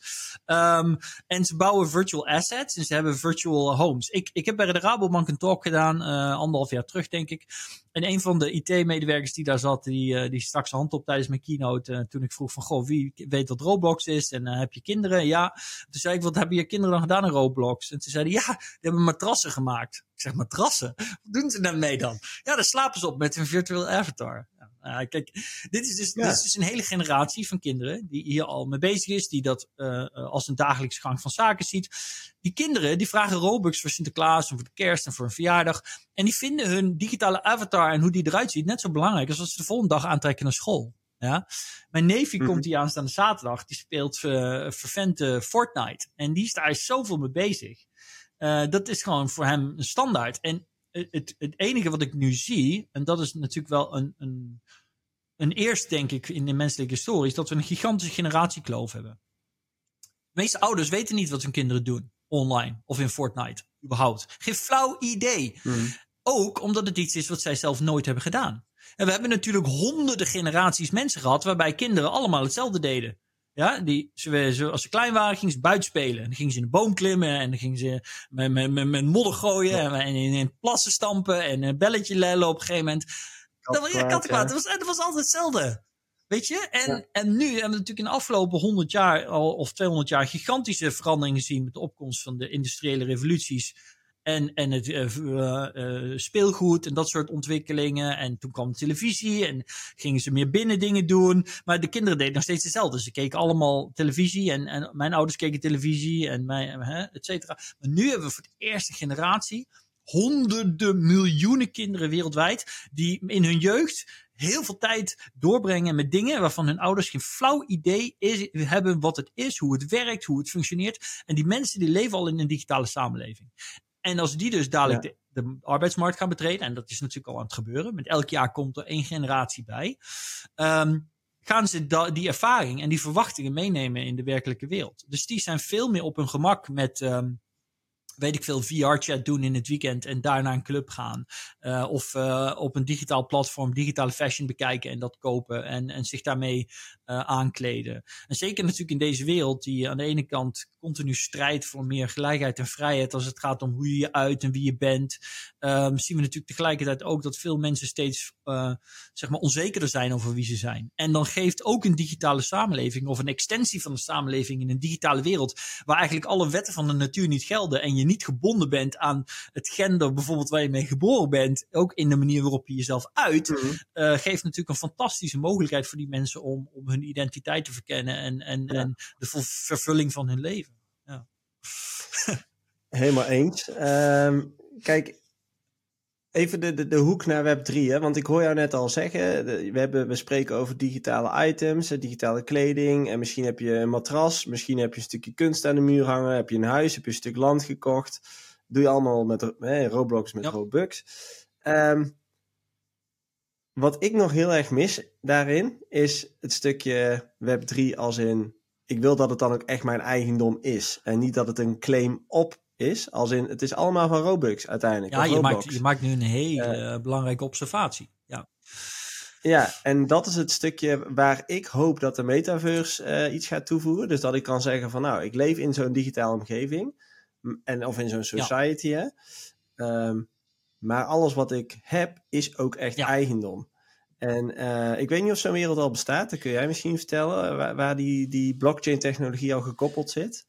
En ze bouwen virtual assets. En ze hebben virtual homes. Ik heb bij de Rabobank een talk gedaan. 1,5 jaar terug, denk ik. En een van de IT-medewerkers die daar zat, die stak zijn hand op tijdens mijn keynote. Toen ik vroeg van, goh, wie weet wat Roblox is? En heb je kinderen? Ja. Toen zei ik, wat hebben je kinderen dan gedaan in Roblox? En toen zeiden ja, die hebben matrassen gemaakt. Ik zeg, matrassen? Wat doen ze daarmee dan? Ja, daar slapen ze op met een virtual avatar. Kijk, dit is dus een hele generatie van kinderen die hier al mee bezig is, die dat als een dagelijkse gang van zaken ziet. Die kinderen die vragen Robux voor Sinterklaas en voor de kerst en voor een verjaardag. En die vinden hun digitale avatar en hoe die eruit ziet net zo belangrijk als als ze de volgende dag aantrekken naar school. Ja? Mijn neefje komt hier aanstaande zaterdag, die speelt fervent Fortnite. En die is daar zoveel mee bezig. Dat is gewoon voor hem een standaard. En het enige wat ik nu zie, en dat is natuurlijk wel een eerst, denk ik, in de menselijke historie, is dat we een gigantische generatiekloof hebben. De meeste ouders weten niet wat hun kinderen doen online of in Fortnite, überhaupt. Geen flauw idee. Ook omdat het iets is wat zij zelf nooit hebben gedaan. En we hebben natuurlijk honderden generaties mensen gehad waarbij kinderen allemaal hetzelfde deden. Ja, als ze klein waren, gingen ze buiten spelen. En dan gingen ze in de boom klimmen. En dan gingen ze met modder gooien. En in plassen stampen. En een belletje lellen op een gegeven moment. Kattenkwaad. Dat was altijd hetzelfde. Weet je? En nu hebben we natuurlijk in de afgelopen 100 jaar of 200 jaar gigantische veranderingen gezien met de opkomst van de industriële revoluties. En het speelgoed en dat soort ontwikkelingen. En toen kwam de televisie en gingen ze meer binnen dingen doen. Maar de kinderen deden nog steeds hetzelfde. Ze keken allemaal televisie en mijn ouders keken televisie en et cetera. Maar nu hebben we voor de eerste generatie honderden miljoenen kinderen wereldwijd die in hun jeugd heel veel tijd doorbrengen met dingen waarvan hun ouders geen flauw idee hebben wat het is, hoe het werkt, hoe het functioneert. En die mensen die leven al in een digitale samenleving. En als die dus dadelijk de arbeidsmarkt gaan betreden, en dat is natuurlijk al aan het gebeuren, met elk jaar komt er 1 generatie bij, gaan ze die ervaring en die verwachtingen meenemen in de werkelijke wereld. Dus die zijn veel meer op hun gemak met weet ik veel, VR-chat doen in het weekend en daarna een club gaan. Of op een digitaal platform digitale fashion bekijken en dat kopen en zich daarmee aankleden. En zeker natuurlijk in deze wereld die aan de ene kant continu strijdt voor meer gelijkheid en vrijheid als het gaat om hoe je je uit en wie je bent. Zien we natuurlijk tegelijkertijd ook dat veel mensen steeds onzekerder zijn over wie ze zijn. En dan geeft ook een digitale samenleving of een extensie van de samenleving in een digitale wereld waar eigenlijk alle wetten van de natuur niet gelden en je niet gebonden bent aan het gender bijvoorbeeld waar je mee geboren bent, ook in de manier waarop je jezelf uit, geeft natuurlijk een fantastische mogelijkheid voor die mensen om hun identiteit te verkennen en de vervulling van hun leven. Ja. Helemaal eens. Kijk, even de hoek naar Web3, hè? Want ik hoor jou net al zeggen, we spreken over digitale items, digitale kleding, en misschien heb je een matras, misschien heb je een stukje kunst aan de muur hangen, heb je een huis, heb je een stuk land gekocht. Doe je allemaal met Roblox met Robux. Wat ik nog heel erg mis daarin, is het stukje Web3 als in, ik wil dat het dan ook echt mijn eigendom is. En niet dat het een claim op is, als in, het is allemaal van Robux uiteindelijk. Ja, je maakt nu een hele belangrijke observatie. Ja. Ja, en dat is het stukje waar ik hoop dat de metaverse iets gaat toevoegen. Dus dat ik kan zeggen van nou, ik leef in zo'n digitale omgeving. Of in zo'n society, hè. Maar alles wat ik heb, is ook echt eigendom. En ik weet niet of zo'n wereld al bestaat. Dat kun jij misschien vertellen, waar die blockchain technologie al gekoppeld zit.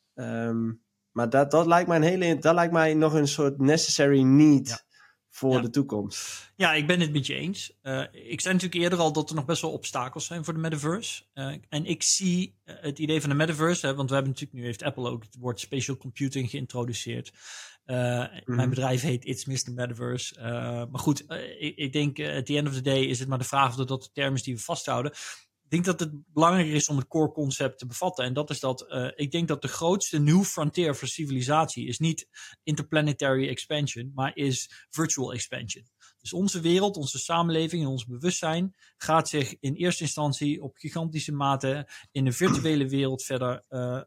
Maar dat lijkt mij nog een soort necessary need voor de toekomst. Ja, ik ben het met je eens. Ik zei natuurlijk eerder al dat er nog best wel obstakels zijn voor de metaverse. En ik zie het idee van de metaverse, want we hebben natuurlijk, nu heeft Apple ook het woord spatial computing geïntroduceerd. Mijn bedrijf heet It's Mr. Metaverse. Maar goed, ik denk at the end of the day is het maar de vraag of dat de term is die we vasthouden. Ik denk dat het belangrijker is om het core concept te bevatten. En dat is dat ik denk dat de grootste new frontier voor civilisatie is niet interplanetary expansion, maar is virtual expansion. Dus onze wereld, onze samenleving en ons bewustzijn gaat zich in eerste instantie op gigantische mate in de virtuele wereld verder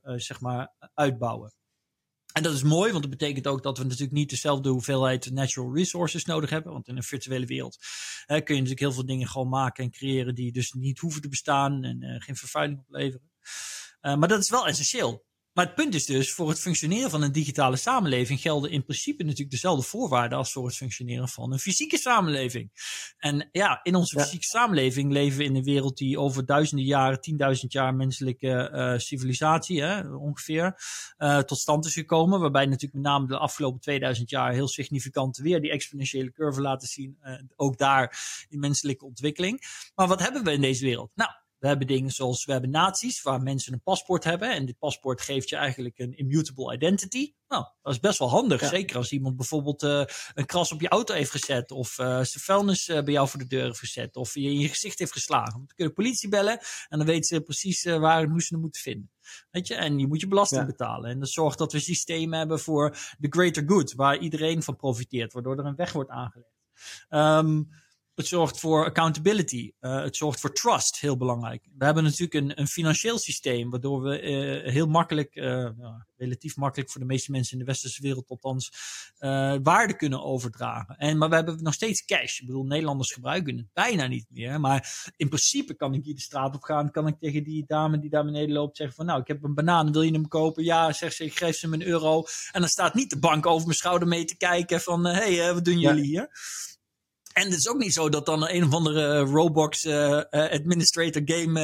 uitbouwen. En dat is mooi, want dat betekent ook dat we natuurlijk niet dezelfde hoeveelheid natural resources nodig hebben. Want in een virtuele wereld kun je natuurlijk heel veel dingen gewoon maken en creëren die dus niet hoeven te bestaan en geen vervuiling opleveren. Maar dat is wel essentieel. Maar het punt is dus, voor het functioneren van een digitale samenleving gelden in principe natuurlijk dezelfde voorwaarden als voor het functioneren van een fysieke samenleving. En ja, in onze fysieke samenleving leven we in een wereld die over duizenden jaren, 10.000 jaar menselijke civilisatie ongeveer tot stand is gekomen. Waarbij natuurlijk met name de afgelopen 2000 jaar heel significant weer die exponentiële curve laten zien. Ook daar die menselijke ontwikkeling. Maar wat hebben we in deze wereld? Nou, we hebben dingen zoals, we hebben naties waar mensen een paspoort hebben. En dit paspoort geeft je eigenlijk een immutable identity. Nou, dat is best wel handig. Ja. Zeker als iemand bijvoorbeeld een kras op je auto heeft gezet. Of zijn vuilnis bij jou voor de deur heeft gezet. Of je in je gezicht heeft geslagen. Dan kun je de politie bellen. En dan weten ze precies waar en hoe ze hem moeten vinden. Weet je? En je moet je belasting betalen. En dat zorgt dat we systemen hebben voor the greater good. Waar iedereen van profiteert. Waardoor er een weg wordt aangelegd. Het zorgt voor accountability. Het zorgt voor trust, heel belangrijk. We hebben natuurlijk een financieel systeem, waardoor we heel makkelijk, relatief makkelijk voor de meeste mensen in de westerse wereld althans, waarde kunnen overdragen. Maar we hebben nog steeds cash. Ik bedoel, Nederlanders gebruiken het bijna niet meer. Maar in principe kan ik hier de straat op gaan, kan ik tegen die dame die daar beneden loopt zeggen van, nou, ik heb een banaan, wil je hem kopen? Ja, zegt ze, ik geef ze hem €1. En dan staat niet de bank over mijn schouder mee te kijken van, hey, wat doen jullie hier? En het is ook niet zo dat dan een of andere Roblox administrator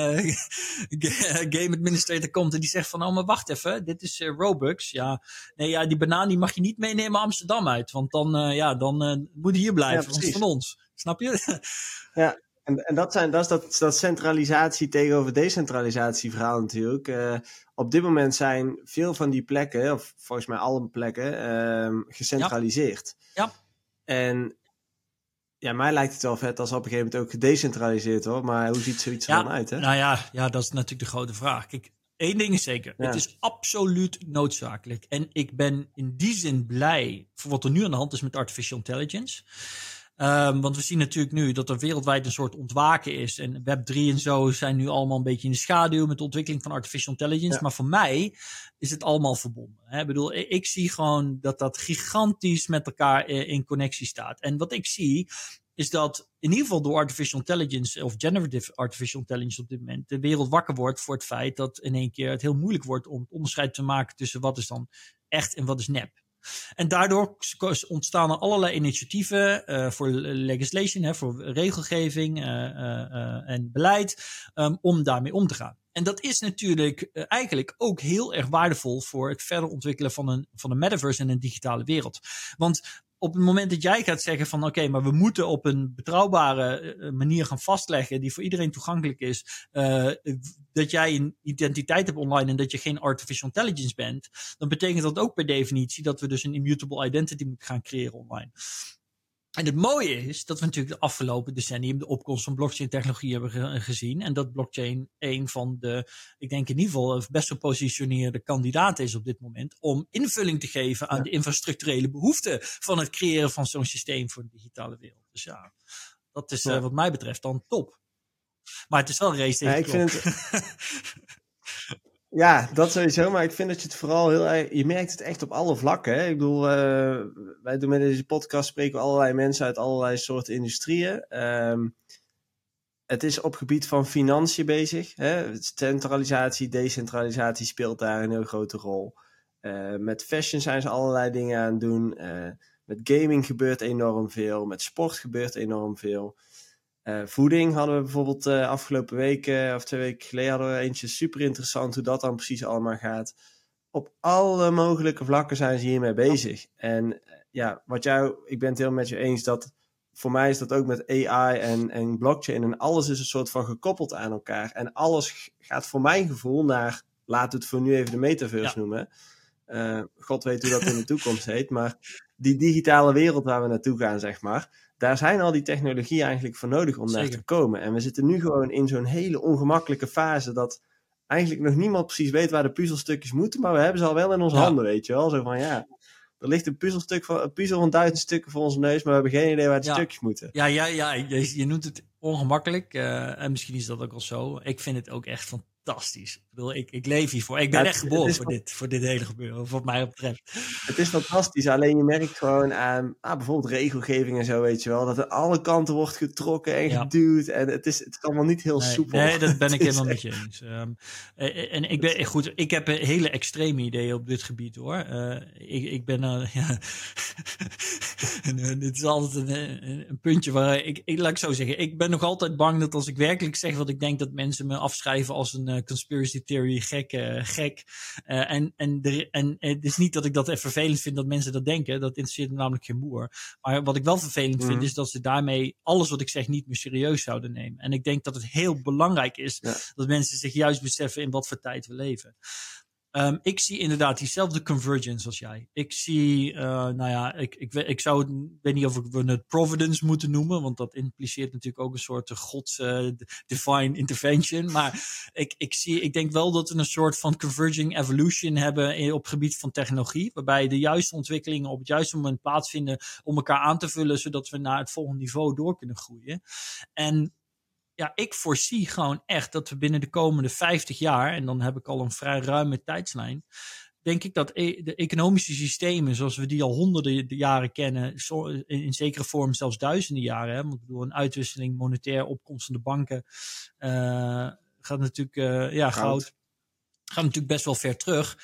game administrator komt en die zegt van, oh, maar wacht even, dit is Robux. Ja, nee, ja, die banaan die mag je niet meenemen Amsterdam uit, want dan moet hij hier blijven, want het is van ons. Snap je? Ja, en dat is dat centralisatie tegenover decentralisatie verhaal natuurlijk. Op dit moment zijn veel van die plekken, of volgens mij alle plekken, gecentraliseerd. Ja. En ja, mij lijkt het wel vet als op een gegeven moment ook gedecentraliseerd wordt. Maar hoe ziet zoiets er dan uit, hè? Nou ja, dat is natuurlijk de grote vraag. Kijk, één ding is zeker. Ja. Het is absoluut noodzakelijk. En ik ben in die zin blij voor wat er nu aan de hand is met artificial intelligence. Want we zien natuurlijk nu dat er wereldwijd een soort ontwaken is. En Web3 en zo zijn nu allemaal een beetje in de schaduw met de ontwikkeling van artificial intelligence. Ja. Maar voor mij is het allemaal verbonden. Ik bedoel, ik zie gewoon dat gigantisch met elkaar in connectie staat. En wat ik zie is dat in ieder geval door artificial intelligence of generative artificial intelligence op dit moment de wereld wakker wordt voor het feit dat in één keer het heel moeilijk wordt om het onderscheid te maken tussen wat is dan echt en wat is nep. En daardoor ontstaan er allerlei initiatieven voor legislation, voor regelgeving en beleid om daarmee om te gaan. En dat is natuurlijk eigenlijk ook heel erg waardevol voor het verder ontwikkelen van een metaverse en een digitale wereld. Want op het moment dat jij gaat zeggen van oké, maar we moeten op een betrouwbare manier gaan vastleggen die voor iedereen toegankelijk is, dat jij een identiteit hebt online en dat je geen artificial intelligence bent, dan betekent dat ook per definitie dat we dus een immutable identity moeten gaan creëren online. En het mooie is dat we natuurlijk de afgelopen decennium de opkomst van blockchain technologie hebben gezien. En dat blockchain een van de, ik denk in ieder geval best gepositioneerde kandidaten is op dit moment om invulling te geven aan de infrastructurele behoeften van het creëren van zo'n systeem voor de digitale wereld. Dus ja, dat is wat mij betreft dan top. Maar het is wel een race tegen de klok. Ja, dat sowieso, maar ik vind dat je het vooral heel erg, je merkt het echt op alle vlakken. Hè? Ik bedoel, wij doen met deze podcast, spreken we allerlei mensen uit allerlei soorten industrieën. het is op gebied van financiën bezig. Hè? Centralisatie, decentralisatie speelt daar een heel grote rol. Met fashion zijn ze allerlei dingen aan het doen. Met gaming gebeurt enorm veel. Met sport gebeurt enorm veel. Voeding hadden we bijvoorbeeld afgelopen weken of 2 weken geleden hadden we eentje super interessant hoe dat dan precies allemaal gaat. Op alle mogelijke vlakken zijn ze hiermee bezig. En ik ben het heel met je eens dat voor mij is dat ook met AI en blockchain en alles is een soort van gekoppeld aan elkaar. En alles gaat voor mijn gevoel naar, laten we het voor nu even de metaverse noemen. God weet hoe dat in de toekomst heet, maar die digitale wereld waar we naartoe gaan, zeg maar. Daar zijn al die technologieën eigenlijk voor nodig om daar te komen. En we zitten nu gewoon in zo'n hele ongemakkelijke fase dat eigenlijk nog niemand precies weet waar de puzzelstukjes moeten, maar we hebben ze al wel in onze handen, weet je wel. Zo van, er ligt een puzzel van 1000 stukken voor onze neus, maar we hebben geen idee waar die stukjes moeten. Ja, je noemt het ongemakkelijk. En misschien is dat ook wel zo. Ik vind het ook echt fantastisch. Ik bedoel, ik leef hiervoor. Ik ben echt geboren voor dit hele gebeuren, wat mij betreft. Het is fantastisch, alleen je merkt gewoon aan bijvoorbeeld regelgeving en zo, weet je wel, dat er alle kanten wordt getrokken en geduwd en het is allemaal niet heel soepel. Nee, dat ben ik helemaal met je eens. En ik heb hele extreme ideeën op dit gebied, hoor. Ik ben dit is altijd een puntje waar laat ik zo zeggen, ik ben nog altijd bang dat als ik werkelijk zeg wat ik denk, dat mensen me afschrijven als een conspiracy theory gek. En het is niet dat ik dat vervelend vind dat mensen dat denken. Dat interesseert me namelijk geen moer. Maar wat ik wel vervelend vind is dat ze daarmee alles wat ik zeg niet meer serieus zouden nemen. En ik denk dat het heel belangrijk is dat mensen zich juist beseffen in wat voor tijd we leven. Ik zie inderdaad diezelfde convergence als jij. Ik zie, ik weet niet of we het providence moeten noemen, want dat impliceert natuurlijk ook een soort gods divine intervention. Maar ik denk wel dat we een soort van converging evolution hebben op het gebied van technologie, waarbij de juiste ontwikkelingen op het juiste moment plaatsvinden om elkaar aan te vullen, zodat we naar het volgende niveau door kunnen groeien. En ik voorzie gewoon echt dat we binnen de komende 50 jaar, en dan heb ik al een vrij ruime tijdslijn, denk ik dat de economische systemen zoals we die al honderden jaren kennen, in zekere vorm zelfs duizenden jaren, want ik bedoel, een uitwisseling, monetair, opkomst van de banken, gaat natuurlijk, goud, gaat natuurlijk best wel ver terug.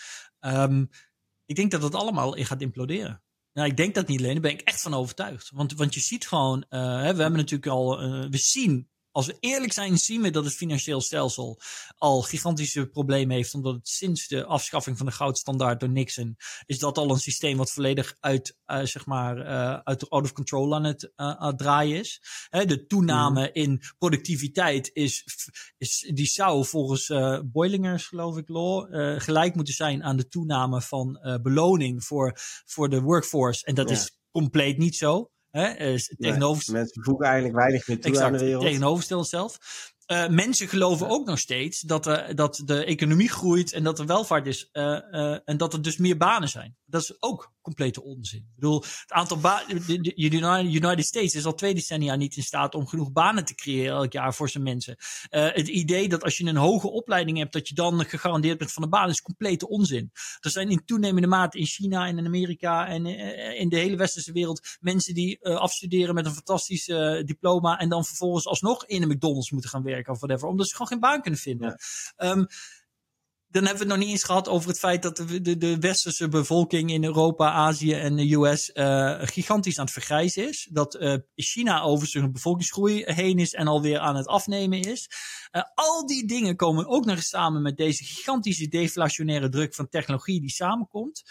Ik denk dat het allemaal gaat imploderen. Nou, ik denk dat niet alleen, daar ben ik echt van overtuigd. Want je ziet gewoon, we hebben natuurlijk al, we zien, als we eerlijk zijn, zien we dat het financieel stelsel al gigantische problemen heeft, omdat het sinds de afschaffing van de goudstandaard door Nixon is dat al een systeem wat volledig uit out of control aan het draaien is. De toename in productiviteit die zou volgens Boilingers, geloof ik, law, gelijk moeten zijn aan de toename van beloning voor de workforce. En dat is compleet niet zo. Mensen voegen eigenlijk weinig meer toe aan de wereld. Tegenovergesteld zelf. Mensen geloven ook nog steeds dat de economie groeit en dat er welvaart is en dat er dus meer banen zijn. Dat is ook complete onzin. Ik bedoel, het aantal de United States is al 2 decennia niet in staat om genoeg banen te creëren elk jaar voor zijn mensen. Het idee dat als je een hoge opleiding hebt, dat je dan gegarandeerd bent van een baan, is complete onzin. Er zijn in toenemende mate in China en in Amerika en in de hele westerse wereld mensen die afstuderen met een fantastisch diploma en dan vervolgens alsnog in een McDonald's moeten gaan werken of whatever, omdat ze gewoon geen baan kunnen vinden. Ja. Dan hebben we het nog niet eens gehad over het feit dat de westerse bevolking in Europa, Azië en de US gigantisch aan het vergrijzen is. Dat China over zijn bevolkingsgroei heen is en alweer aan het afnemen is. Al die dingen komen ook nog eens samen met deze gigantische deflationaire druk van technologie die samenkomt.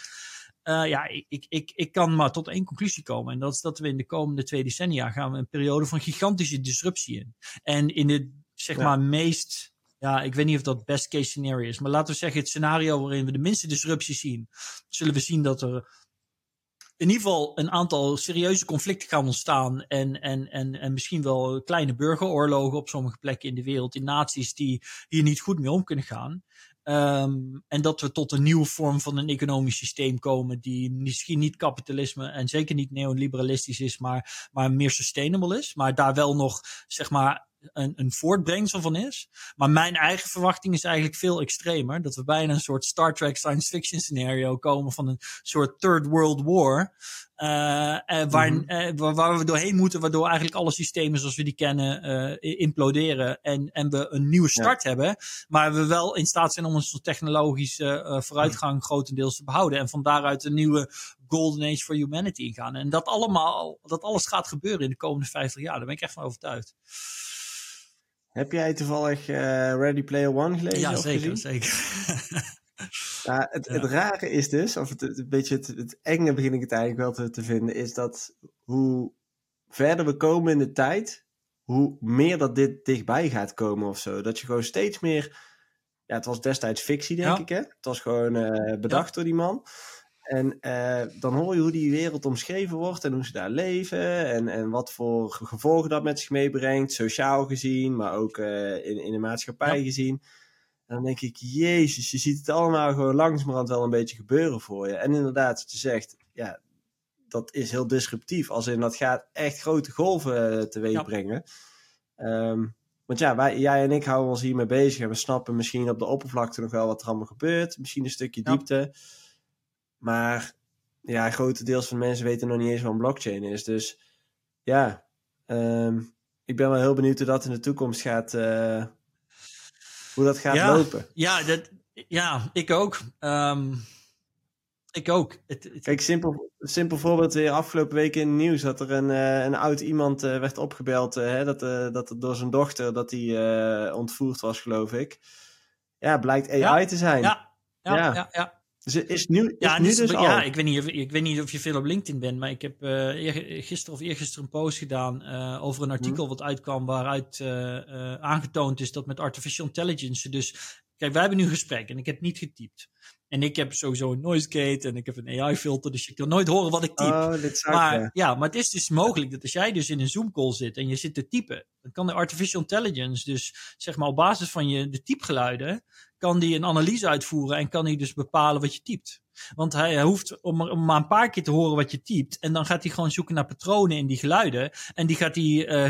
Ik kan maar tot 1 conclusie komen. En dat is dat we in de komende 2 decennia gaan we een periode van gigantische disruptie in. En in de meest... Ja, ik weet niet of dat best case scenario is. Maar laten we zeggen, het scenario waarin we de minste disruptie zien, zullen we zien dat er in ieder geval een aantal serieuze conflicten gaan ontstaan. En misschien wel kleine burgeroorlogen op sommige plekken in de wereld. In naties die hier niet goed mee om kunnen gaan. En dat we tot een nieuwe vorm van een economisch systeem komen die misschien niet kapitalisme en zeker niet neoliberalistisch is, maar meer sustainable is. Maar daar wel nog, zeg maar, een voortbrengsel van is. Maar mijn eigen verwachting is eigenlijk veel extremer. Dat we bijna een soort Star Trek science fiction scenario komen van een soort Third World War. Waar we doorheen moeten, waardoor eigenlijk alle systemen zoals we die kennen imploderen en we een nieuwe start hebben. Maar we wel in staat zijn om onze technologische vooruitgang grotendeels te behouden. En van daaruit een nieuwe Golden Age for Humanity ingaan. En dat alles gaat gebeuren in de komende 50 jaar. Daar ben ik echt van overtuigd. Heb jij toevallig Ready Player One gelezen? Ja, of zeker, gezien? zeker. Ja, het rare is dus, of het beetje het enge begin ik het eigenlijk wel te vinden, is dat hoe verder we komen in de tijd, hoe meer dat dit dichtbij gaat komen of zo. Dat je gewoon steeds meer, ja, het was destijds fictie denk ik hè. Het was gewoon bedacht door die man. En dan hoor je hoe die wereld omschreven wordt en hoe ze daar leven en wat voor gevolgen dat met zich meebrengt, sociaal gezien, maar ook in de maatschappij gezien. En dan denk ik, jezus, je ziet het allemaal gewoon langzamerhand wel een beetje gebeuren voor je. En inderdaad, wat je zegt, ja, dat is heel disruptief. Als in, dat gaat echt grote golven teweeg brengen. Want ja, jij en ik houden ons hiermee bezig. En we snappen misschien op de oppervlakte nog wel wat er allemaal gebeurt. Misschien een stukje diepte. Maar ja, grotendeels van de mensen weten nog niet eens wat een blockchain is. Dus ja, ik ben wel heel benieuwd hoe dat in de toekomst gaat... hoe dat gaat lopen. Ja, ik ook. Ik ook. Kijk, simpel voorbeeld weer afgelopen week in het nieuws dat er een oud iemand werd opgebeld, dat er door zijn dochter dat die ontvoerd was, geloof ik. Ja, blijkt AI te zijn. Ja. Dus het is nu dus al. Ja, ik weet niet of je veel op LinkedIn bent, maar ik heb gisteren of eergisteren een post gedaan over een artikel wat uitkwam waaruit aangetoond is dat met artificial intelligence dus... Kijk, wij hebben nu een gesprek en ik heb niet getypt. En ik heb sowieso een noise gate en ik heb een AI-filter, dus je kan nooit horen wat ik typ. Maar het is dus mogelijk dat als jij dus in een Zoom-call zit en je zit te typen, dan kan de artificial intelligence dus, zeg maar, op basis van de typgeluiden, kan die een analyse uitvoeren en kan hij dus bepalen wat je typt. Want hij hoeft om maar een paar keer te horen wat je typt. En dan gaat hij gewoon zoeken naar patronen in die geluiden. En die gaat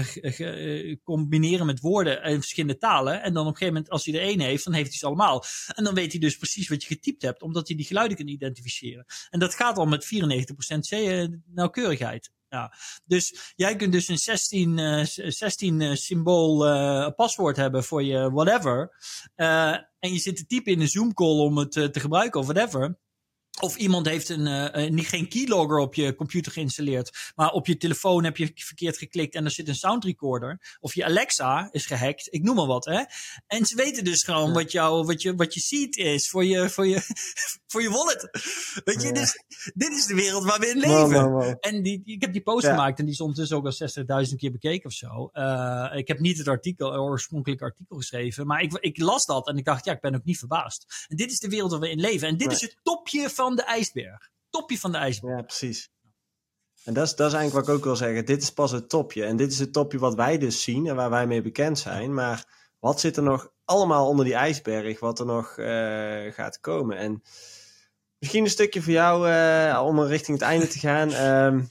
hij combineren met woorden in verschillende talen. En dan op een gegeven moment, als hij er één heeft, dan heeft hij ze allemaal. En dan weet hij dus precies wat je getypt hebt, omdat hij die geluiden kan identificeren. En dat gaat al met 94% nauwkeurigheid. Ja, dus jij kunt dus een 16 symbool paswoord hebben voor je whatever. En je zit te typen in een Zoom call om het te gebruiken of whatever. Of iemand heeft geen keylogger op je computer geïnstalleerd, maar op je telefoon heb je verkeerd geklikt en er zit een sound recorder. Of je Alexa is gehackt, ik noem maar wat, hè. En ze weten dus gewoon wat je seed is voor je wallet. Weet je, dus dit is de wereld waar we in leven. Wow. En ik heb die post gemaakt en die is ondertussen ook al 60.000 keer bekeken of zo. Ik heb niet het oorspronkelijke artikel geschreven, maar ik las dat en ik dacht, ja, ik ben ook niet verbaasd. En dit is de wereld waar we in leven. En dit is het topje van de ijsberg. Topje van de ijsberg. Ja, precies. En dat is eigenlijk wat ik ook wil zeggen. Dit is pas het topje. En dit is het topje wat wij dus zien en waar wij mee bekend zijn. Maar wat zit er nog allemaal onder die ijsberg? Wat er nog gaat komen? En misschien een stukje voor jou om richting het einde te gaan.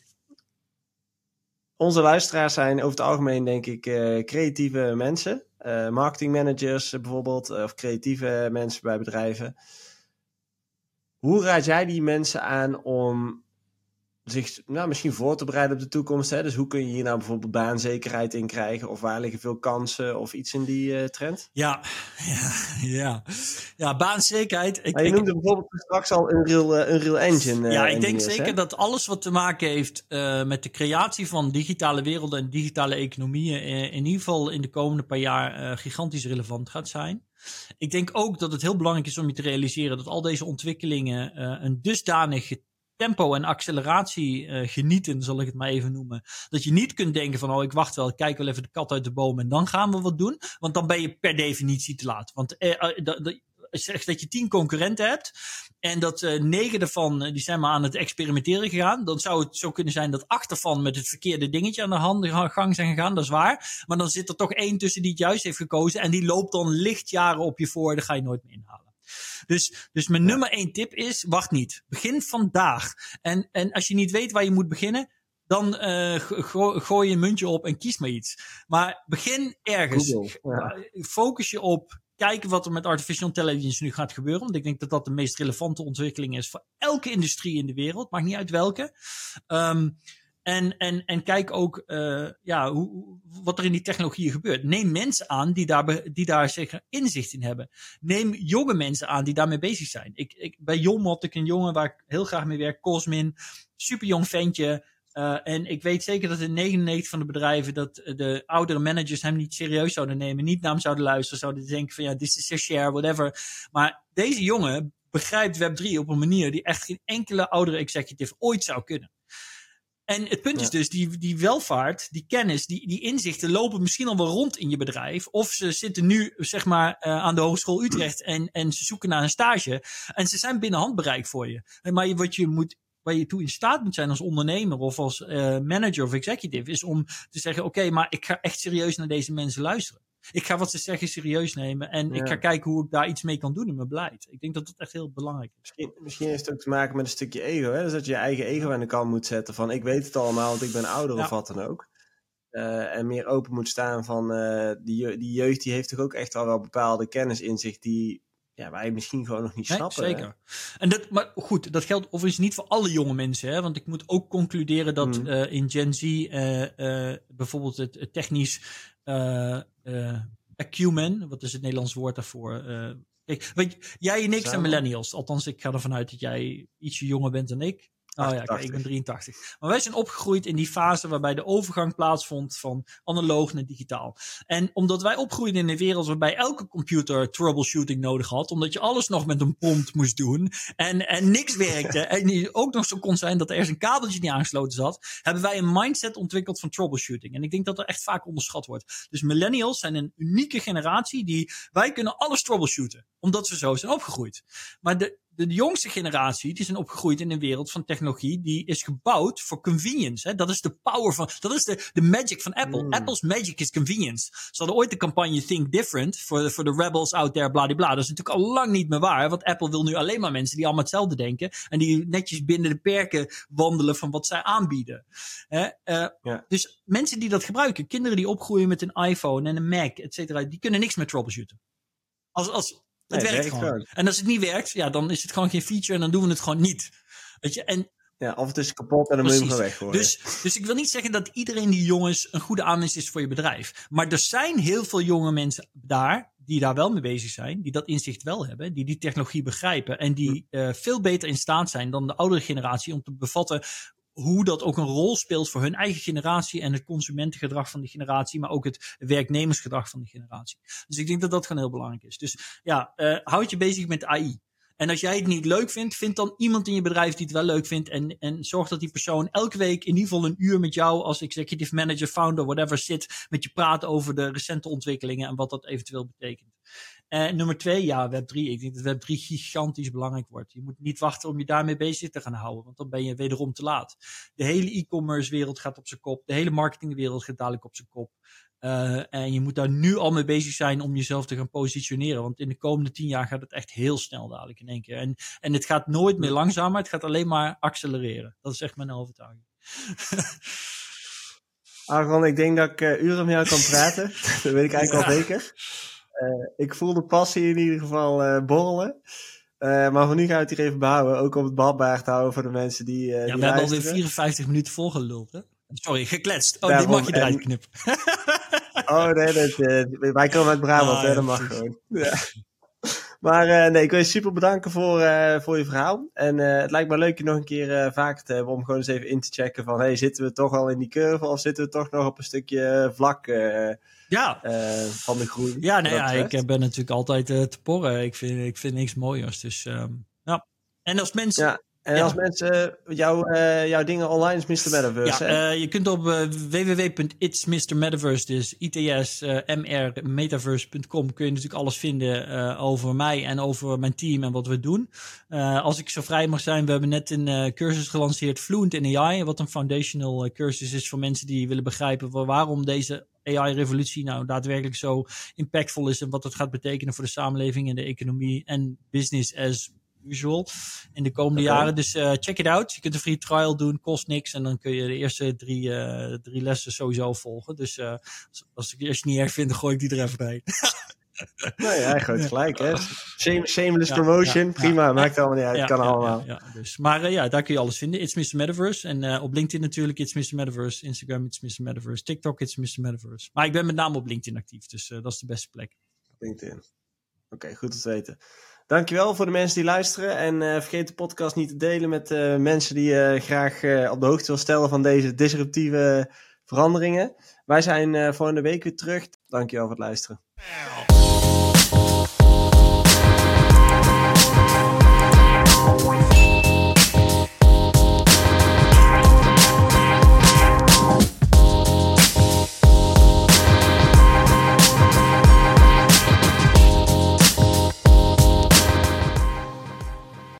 Onze luisteraars zijn over het algemeen, denk ik, creatieve mensen. Marketingmanagers bijvoorbeeld. Of creatieve mensen bij bedrijven. Hoe raad jij die mensen aan om zich misschien voor te bereiden op de toekomst? Hè? Dus hoe kun je hier nou bijvoorbeeld baanzekerheid in krijgen? Of waar liggen veel kansen? Of iets in die trend? Ja, baanzekerheid. Je noemde bijvoorbeeld straks al Unreal Engine. Ik denk zeker dat alles wat te maken heeft met de creatie van digitale werelden en digitale economieën in ieder geval in de komende paar jaar gigantisch relevant gaat zijn. Ik denk ook dat het heel belangrijk is om je te realiseren dat al deze ontwikkelingen een dusdanig tempo en acceleratie genieten, zal ik het maar even noemen. Dat je niet kunt denken van, ik wacht wel, ik kijk wel even de kat uit de boom en dan gaan we wat doen. Want dan ben je per definitie te laat. Want zegt dat je 10 concurrenten hebt en dat 9 daarvan die zijn maar aan het experimenteren gegaan. Dan zou het zo kunnen zijn dat 8 daarvan met het verkeerde dingetje aan de gang zijn gegaan. Dat is waar. Maar dan zit er toch 1 tussen die het juist heeft gekozen en die loopt dan lichtjaren op je voor. Dat ga je nooit meer inhalen. Dus mijn nummer 1 tip is, wacht niet. Begin vandaag. En als je niet weet waar je moet beginnen, dan gooi je een muntje op en kies maar iets. Maar begin ergens. Focus je op kijken wat er met artificial intelligence nu gaat gebeuren. Want ik denk dat dat de meest relevante ontwikkeling is voor elke industrie in de wereld. Maakt niet uit welke. En kijk ook wat er in die technologieën gebeurt. Neem mensen aan die daar zeker inzicht in hebben. Neem jonge mensen aan die daarmee bezig zijn. Bij Jom had ik een jongen waar ik heel graag mee werk, Cosmin. Super jong ventje. En ik weet zeker dat in 99 van de bedrijven dat de oudere managers hem niet serieus zouden nemen. Niet naar hem zouden luisteren. Zouden denken van this is a share, whatever. Maar deze jongen begrijpt Web3 op een manier die echt geen enkele oudere executive ooit zou kunnen. En het punt is dus, die welvaart, die kennis, die inzichten lopen misschien al wel rond in je bedrijf. Of ze zitten nu, zeg maar, aan de Hogeschool Utrecht en ze zoeken naar een stage. En ze zijn binnen handbereik voor je. Maar waar je toe in staat moet zijn als ondernemer of als manager of executive, is om te zeggen, oké, maar ik ga echt serieus naar deze mensen luisteren. Ik ga wat ze zeggen serieus nemen en ik ga kijken hoe ik daar iets mee kan doen in mijn beleid. Ik denk dat dat echt heel belangrijk is. Misschien heeft het ook te maken met een stukje ego. Hè? Dus dat je je eigen ego aan de kant moet zetten van ik weet het allemaal, want ik ben ouder of wat dan ook. En meer open moet staan van die jeugd die heeft toch ook echt wel bepaalde kennis in zich die wij misschien gewoon nog niet snappen. Zeker. Maar goed, dat geldt overigens niet voor alle jonge mensen. Hè? Want ik moet ook concluderen dat in Gen Z bijvoorbeeld het technisch acumen, wat is het Nederlands woord daarvoor? Kijk, jij en ik zijn millennials. Althans, ik ga ervan uit dat jij ietsje jonger bent dan ik. Kijk, ik ben 83. Maar wij zijn opgegroeid in die fase waarbij de overgang plaatsvond van analoog naar digitaal. En omdat wij opgroeiden in een wereld waarbij elke computer troubleshooting nodig had, omdat je alles nog met een prompt moest doen en niks werkte en ook nog zo kon zijn dat er ergens een kabeltje niet aangesloten zat, hebben wij een mindset ontwikkeld van troubleshooting. En ik denk dat er echt vaak onderschat wordt. Dus millennials zijn een unieke generatie wij kunnen alles troubleshooten, omdat we zo zijn opgegroeid. Maar de jongste generatie, die zijn opgegroeid in een wereld van technologie, die is gebouwd voor convenience. Hè? Dat is de power van, dat is de magic van Apple. Apple's magic is convenience. Ze hadden ooit de campagne Think Different, voor de rebels out there, bladibla. Dat is natuurlijk al lang niet meer waar, want Apple wil nu alleen maar mensen die allemaal hetzelfde denken en die netjes binnen de perken wandelen van wat zij aanbieden. Dus mensen die dat gebruiken, kinderen die opgroeien met een iPhone en een Mac, et cetera, die kunnen niks meer troubleshooten. Het werkt gewoon. En als het niet werkt, dan is het gewoon geen feature en dan doen we het gewoon niet. Weet je? Of het is kapot en dan moet je hem gewoon weggooien. Dus ik wil niet zeggen dat iedereen die jong is een goede aanwinst is voor je bedrijf. Maar er zijn heel veel jonge mensen die daar wel mee bezig zijn, die dat inzicht wel hebben, die technologie begrijpen en die veel beter in staat zijn dan de oudere generatie om te bevatten hoe dat ook een rol speelt voor hun eigen generatie en het consumentengedrag van die generatie, maar ook het werknemersgedrag van die generatie. Dus ik denk dat dat gewoon heel belangrijk is. Dus houd je bezig met AI. En als jij het niet leuk vindt, vind dan iemand in je bedrijf die het wel leuk vindt en zorg dat die persoon elke week in ieder geval een uur met jou als executive manager, founder, whatever zit, met je praat over de recente ontwikkelingen en wat dat eventueel betekent. Nummer 2, Web3. Ik denk dat Web3 gigantisch belangrijk wordt. Je moet niet wachten om je daarmee bezig te gaan houden, want dan ben je wederom te laat. De hele e-commerce wereld gaat op zijn kop. De hele marketingwereld gaat dadelijk op zijn kop. En je moet daar nu al mee bezig zijn om jezelf te gaan positioneren. Want in de komende 10 jaar gaat het echt heel snel dadelijk in één keer. En het gaat nooit meer langzamer. Het gaat alleen maar accelereren. Dat is echt mijn overtuiging. Aaron, ik denk dat ik uren met jou kan praten. Dat weet ik eigenlijk al zeker. Ik voel de passie in ieder geval borrelen. Maar voor nu gaan we het hier even behouden. Ook om het behapbaar te houden voor de mensen die we luisteren. hebben alweer 54 minuten volgeluld, hè? Sorry, gekletst. Daarom, die mag je eruit knippen. Nee, wij komen uit Brabant, hè, dat mag gewoon. Ja. Maar ik wil je super bedanken voor je verhaal. En het lijkt me leuk je nog een keer vaker te hebben om gewoon eens even in te checken van, zitten we toch al in die curve of zitten we toch nog op een stukje vlak van de groei? Ik ben natuurlijk altijd te porren. Ik vind niks mooiers. Dus En als mensen... Ja. En als mensen jouw dingen online is Mr. Metaverse, je kunt op www.itsmrmetaverse, dus itsmrmetaverse.com kun je natuurlijk alles vinden over mij en over mijn team en wat we doen. Als ik zo vrij mag zijn, we hebben net een cursus gelanceerd, Fluent in AI, wat een foundational cursus is voor mensen die willen begrijpen waarom deze AI-revolutie nou daadwerkelijk zo impactvol is en wat het gaat betekenen voor de samenleving en de economie en business as usual in de komende jaren. Dus check it out. Je kunt een free trial doen, kost niks. En dan kun je de eerste drie lessen sowieso volgen. Dus als je het niet erg vind, dan gooi ik die er even bij. Nou ja, hij gooit gelijk, hè. Shameless promotion, prima, maakt allemaal niet uit, kan allemaal. Dus. Maar daar kun je alles vinden. It's Mr. Metaverse. En op LinkedIn natuurlijk, It's Mr. Metaverse. Instagram, It's Mr. Metaverse. TikTok, It's Mr. Metaverse. Maar ik ben met name op LinkedIn actief, dus dat is de beste plek. LinkedIn. Oké, goed om te weten. Dankjewel voor de mensen die luisteren. En vergeet de podcast niet te delen met mensen die je graag op de hoogte wil stellen van deze disruptieve veranderingen. Wij zijn volgende week weer terug. Dankjewel voor het luisteren.